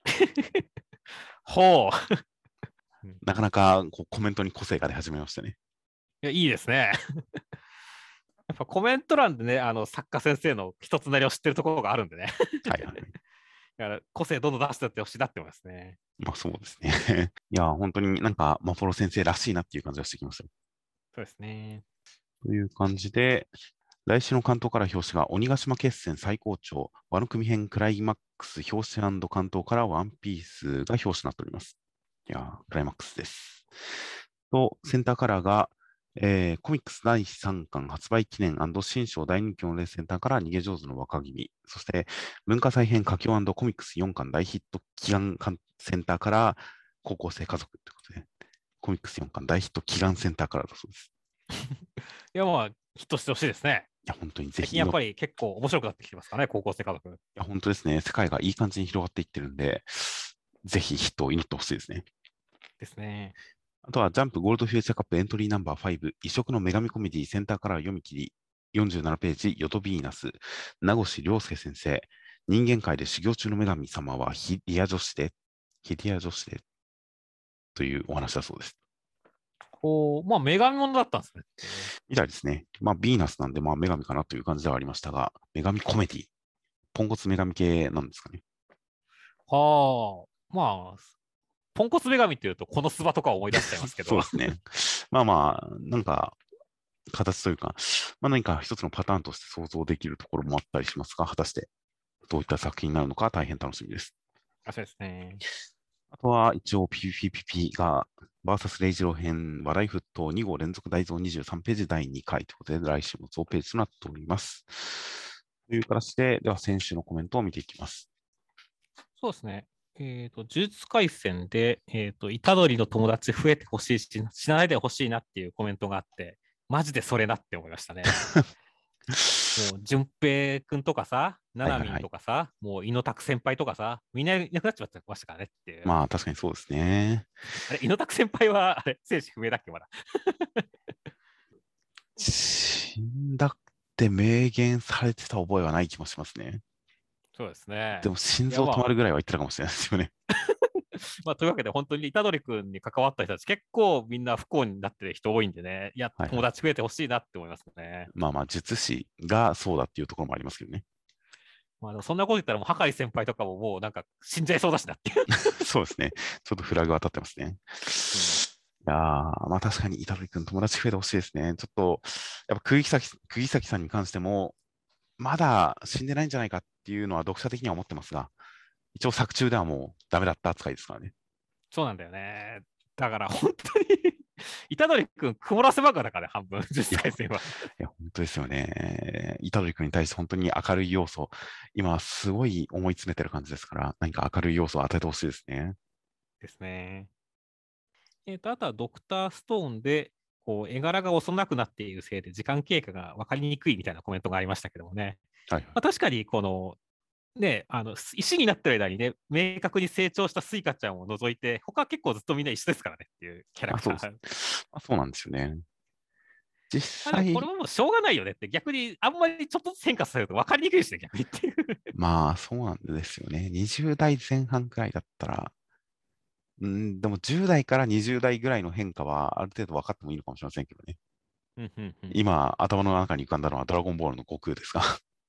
ほう。うんなかなかこうコメントに個性が出始めましたね。 いや、いいですね。やっぱコメント欄でね、あの作家先生の一つなりを知ってるところがあるんでね。 はいはい。 だから個性どんどん出していってほしいなって思いますね。 まあそうですね。いや、本当になんかマポロ先生らしいなっていう感じがしてきますよ。 そうですね。 という感じで、来週の関東から表紙が鬼ヶ島決戦最高潮、ワノ組編クライマックス表紙関東からワンピースが表紙になっております。いやー、クライマックスです。と、センターカラーが、えーコミックスだいさんかん発売記念新章大人気のレースセンターから逃げ上手の若君、そして文化祭編佳境コミックスよんかん大ヒット祈願センターから高校生家族ということで、コミックスよんかん大ヒット祈願センターからだそうです。 いや、まあ、ヒットしてほしいですね。 いや、本当にぜひ。 最近やっぱり結構面白くなってきてますかね、高校生家族。 いや、本当ですね。世界がいい感じに広がっていってるんで、ぜひヒットを祈ってほしいですね。 ですね。 あとは、ジャンプゴールドフューチャーカップエントリーナンバーご、異色の女神コメディセンターから読み切り、よんじゅうななページ、ヨトビーナス、名越良介先生、人間界で修行中の女神様はヒディア女子で、ヒディア女子で、というお話だそうです。 こう、まあ、女神物だったんですね。 みたいですね。まあ、ビーナスなんで、まあ、女神かなという感じではありましたが、女神コメディ、ポンコツ女神系なんですかね。 はあ、まあ、ポンコツ女神っていうと、このスバとか思い出しちゃいますけど。 そうですね。まあまあ、なんか、形というか、まあ、何か一つのパターンとして想像できるところもあったりしますが、果たしてどういった作品になるのか大変楽しみです。 あそうですね。 あとは一応 ピーピーピーピー がバーサスレイジロー編話題沸騰に号連続大増にじゅうさんページだいにかいということで、来週も増ページとなっております。という形で、では先週のコメントを見ていきます。 そうですね。えっ、と、呪術廻戦で、えっ、と、虎杖の友達増えてほしいし、死なないでほしいなっていうコメントがあって、マジでそれなって思いましたね。もう、淳平くんとかさ、ななみんとかさ、もう、猪拓先輩とかさ、みんないなくなっちゃってましたからねっていう。 まあ、確かにそうですね。 あれ、猪拓先輩は、あれ、生死不明だっけ、まだ。 死んだって明言されてた覚えはない気もしますね。 そうですね。 でも、心いや、 臓止ままあ、 るぐらいは言ってたかもしれないですよね。 まあ、というわけで、本当に虎杖君に関わった人たち、結構みんな不幸になってる人多いんでね、いや、 はいはい。 友達増えてほしいなって思いますね。 まあまあ、術師がそうだっていうところもありますけどね。 まあ、でもそんなこと言ったら、もう、はかり先輩とかももうなんか死んじゃいそうだしなっていう。 そうですね。ちょっとフラグは立ってますね。 うん、 いやー、まあ確かに、虎杖君友達増えてほしいですね。ちょっと、やっぱ釘崎、釘崎さんに関しても、まだ死んでないんじゃないかっていうのは読者的には思ってますが、一応作中ではもうダメだった扱いですからね。 そうなんだよね。だから本当に虎杖君、曇らせばかだから、半分、呪いや、 術廻戦は。 いや、本当ですよね。虎杖君に対して本当に明るい要素、今すごい思い詰めてる感じですから、何か明るい要素を与えてほしいですね。 ですね。えーと、あとはドクターストーンで、こう絵柄が遅くなっているせいで時間経過が分かりにくいみたいなコメントがありましたけどもね。 はいはい。 まあ、確かにこのね、あの石になってる間にね、明確に成長したスイカちゃんを除いて、他は結構ずっとみんな一緒ですからねっていうキャラあ、そうです。 クター。 あ、そうなんですよね。実あ、でもこれ際、 はもうしょうがないよねって、逆にあんまりちょっとずつ変化させると分かりにくいしね、逆にっていう。 まあそうなんですよね。にじゅう代前半くらいだったら、うん、でもじゅう代からにじゅう代ぐらいの変化はある程度分かってもいいのかもしれませんけどね。 うんうんうん、 今、頭の中に浮かんだのはドラゴンボールの悟空ですが、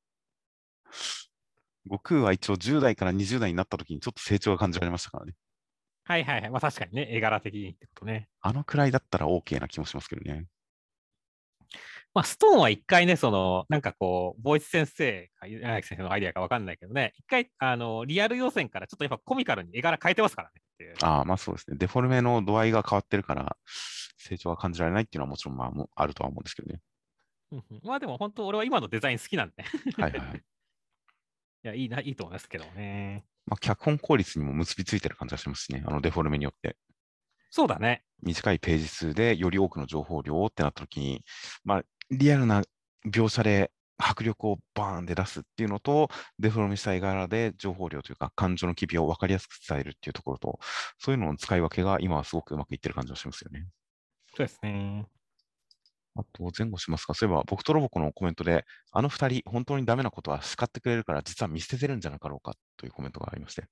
悟空は一応じゅう代からにじゅう代になった時にちょっと成長が感じられましたからね。 はいはいはい。まあ確かにね、絵柄的にってことね。 あのくらいだったら OK な気もしますけどね。 まあ、ストーンは一回ね、その、なんかこう、ボイス先生か、柳先生のアイデアかわかんないけどね、一回、あの、リアル予選からちょっとやっぱコミカルに絵柄変えてますからねっていう。 ああ、まあそうですね。デフォルメの度合いが変わってるから、成長が感じられないっていうのはもちろんまあもうあるとは思うんですけどね。 うんうん、まあでも本当、俺は今のデザイン好きなんで。 はいはいはい。 いや、いいな、いいと思いますけどね。 まあ脚本効率にも結びついてる感じがしますしね。あのデフォルメによって。 そうだね。 短いページ数でより多くの情報量ってなった時に、まあリアルな描写で迫力をバーンで出すっていうのと、デフォルメした絵柄で情報量というか感情の機微を分かりやすく伝えるっていうところと、そういうのの使い分けが今はすごくうまくいってる感じがしますよね。 そうですね。 あと前後しますか、そういえば僕とロボコのコメントで、あの二人、本当にダメなことは叱ってくれるから、実は見捨ててるんじゃなかろうかというコメントがありまして、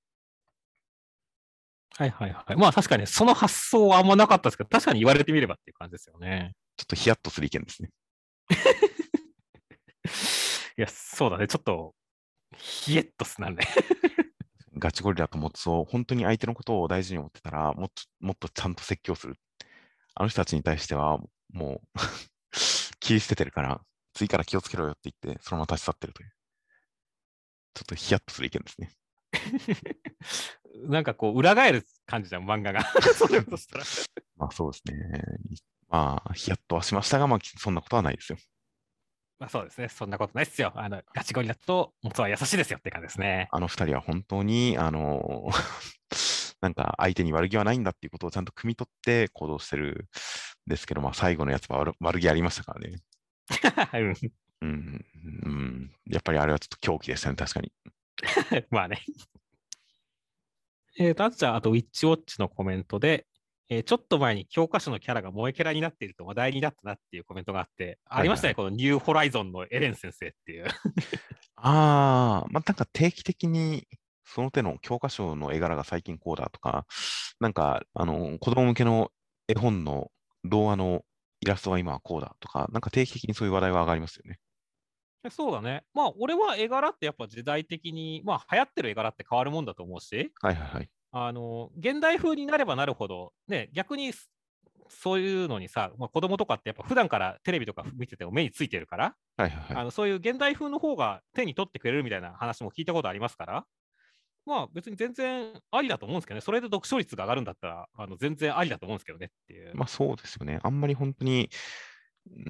はいはいはい。まあ確かにその発想はあんまなかったですけど、確かに言われてみればっていう感じですよね。 ちょっとヒヤッとする意見ですね。 いや、そうだね。ちょっと、ヒエッとすなんで。 ガチゴリラとモツを本当に相手のことを大事に思ってたら、もっともっとちゃんと説教する。あの人たちに対しては、もう切り捨ててるから、次から気をつけろよって言って、そのまま立ち去ってるという、ちょっとヒヤッとする意見ですね。 なんかこう、裏返る感じじゃん、漫画が。それとしたら。 まあそうですね。まあ、ヒヤッとはしましたが、まあ、そんなことはないですよ。 まあそうですね。そんなことないっすよ。あの、ガチゴリラと、モツは優しいですよって感じですね。 あの二人は本当に、あのなんか相手に悪気はないんだっていうことをちゃんと汲み取って行動してるんですけど、まあ最後のやつは悪悪気ありましたからね。 うんうん、うん、やっぱりあれはちょっと狂気でしたね、確かに。 まあね。えーと、あとじゃあ、あと、ウィッチウォッチのコメントで、えーちょっと前に教科書のキャラが萌えキャラになっていると話題になったなっていうコメントがあって、ありましたね、 はいはい。 このニューホライゾンのエレン先生っていう。 ああ、まあなんか定期的にその手の教科書の絵柄が最近こうだとか、なんかあの子供向けの絵本の童話のイラストが今はこうだとか、なんか定期的にそういう話題は上がりますよね。 そうだね。まあ、俺は絵柄ってやっぱ時代的に、まあ、流行ってる絵柄って変わるもんだと思うし、 はいはいはい。 あの、現代風になればなるほど、ね、逆にそういうのにさ、まあ、子供とかってやっぱ普段からテレビとか見てても目についてるから、 はいはいはい。 あのそういう現代風の方が手に取ってくれるみたいな話も聞いたことありますから、まあ別に全然ありだと思うんですけどね、それで読書率が上がるんだったら、あの全然ありだと思うんですけどねっていう。 まあそうですよね。あんまり本当に、うん、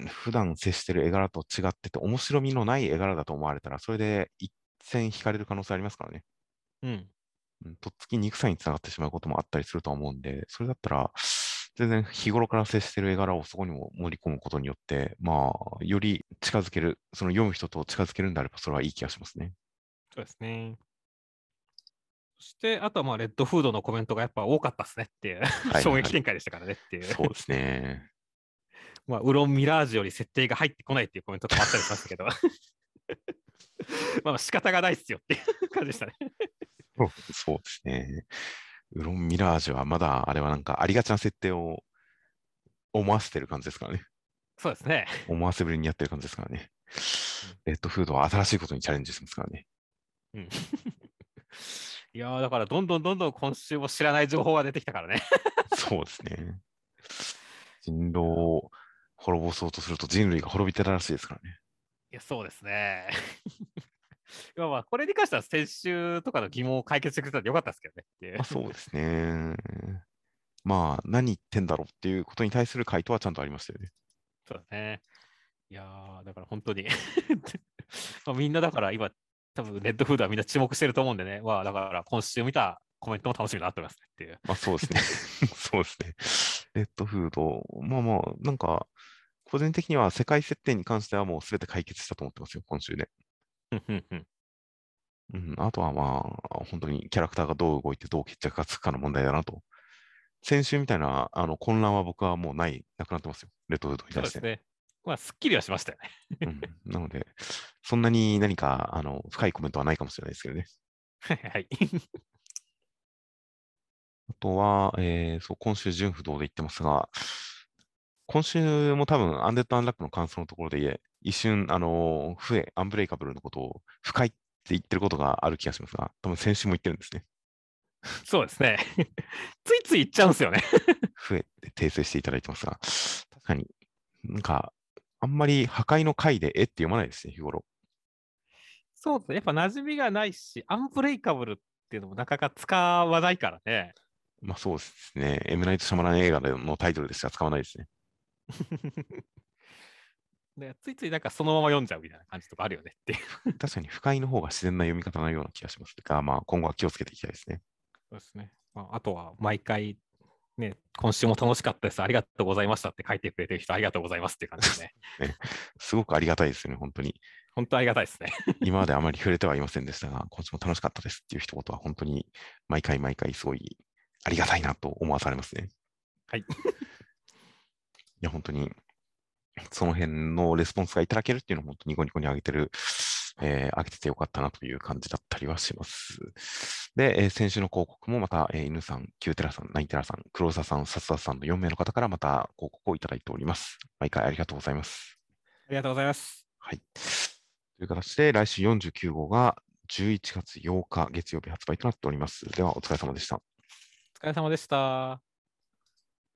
普段接してる絵柄と違ってて、面白みのない絵柄だと思われたら、それで一線引かれる可能性ありますからね。 うん。 うん、とっつき憎さにつながってしまうこともあったりするとは思うんで、それだったら、全然日頃から接してる絵柄をそこにも盛り込むことによって、まあ、より近づける、その読む人と近づけるんであれば、それはいい気がしますね。 そうですね。そして、あとはまあレッドフードのコメントがやっぱ多かったですねっていう衝はいはいはい。 撃展開でしたからねっていう。 そうですね。 まあ、ウロンミラージュより設定が入ってこないっていうコメントとかもあったりしましたけどまあ仕方がないっすよっていう感じでしたね。 そうそうですね。 ウロンミラージュはまだ、あれはなんかありがちな設定を思わせてる感じですからね。 そうですね。 思わせぶりにやってる感じですからね。 うん。 レッドフードは新しいことにチャレンジしてますからね。 うん、いやー、だからどんどんどんどん今週も知らない情報が出てきたからね。 そうですね。人狼を滅ぼそうとすると人類が滅びてたらしいですからね。 いや、そうですね。いやまあ、これに関しては先週とかの疑問を解決してくれたんでよかったですけどねっていう。 まあそうですね。まあ何言ってんだろうっていうことに対する回答はちゃんとありましたよね。 そうだね。いやー、だから本当にまあみんなだから今、多分レッドフードはみんな注目してると思うんでね。まあ、だから今週見たコメントも楽しみになってますねっていう。 まあそうですね。そうですね。レッドフード、まあまあ、なんか、個人的には世界設定に関してはもう全て解決したと思ってますよ、今週で。うん、あとはまあ、本当にキャラクターがどう動いてどう決着がつくかの問題だなと。先週みたいなあの混乱は僕はもうない、なくなってますよ。レッドフードに対して。 そうですね。まあ、すっきりはしましたよね。 うん。なので、そんなに何かあの深いコメントはないかもしれないですけどね。 はい。 あとは、えーそう、今週純不動で言ってますが、今週も多分、アンデッド・アンラックの感想のところで、一瞬、あの、フエ、アンブレイカブルのことを不快って言ってることがある気がしますが、多分先週も言ってるんですね。 そうですね。ついつい言っちゃうんですよね。 フエって訂正していただいてますが、確かになんか、あんまり破壊の回で絵って読まないですね、日頃。 そうですね。やっぱ馴染みがないし、アンブレイカブルっていうのもなかなか使わないからね。 まあそうですね。エムナイト・シャマラン映画のタイトルでしか使わないですね。 でついついなんかそのまま読んじゃうみたいな感じとかあるよねっていう。 確かに不快の方が自然な読み方のような気がしますが、まあ今後は気をつけていきたいですね。 そうですね。まあ、あとは毎回、ね、今週も楽しかったです。ありがとうございましたって書いてくれてる人、ありがとうございますっていう感じですね。 ね、すごくありがたいですよね、本当に。 本当ありがたいですね。 今まであまり触れてはいませんでしたが、今週も楽しかったですっていう一言は本当に毎回毎回すごいありがたいなと思わされますね。 はい。 いや、本当にその辺のレスポンスがいただけるっていうのも本当にニコニコに上げてる、えー、上げててよかったなという感じだったりはします。で、えー先週の広告もまた、えー、犬さん、キューテラさん、ナインテラさん、黒沢さん、サツダさんのよん名の方からまた広告をいただいております。毎回ありがとうございます。 ありがとうございます。 はい。という形で、来週よんじゅうきゅう号がじゅういちがつようか月曜日発売となっております。では、お疲れ様でした。 お疲れ様でした。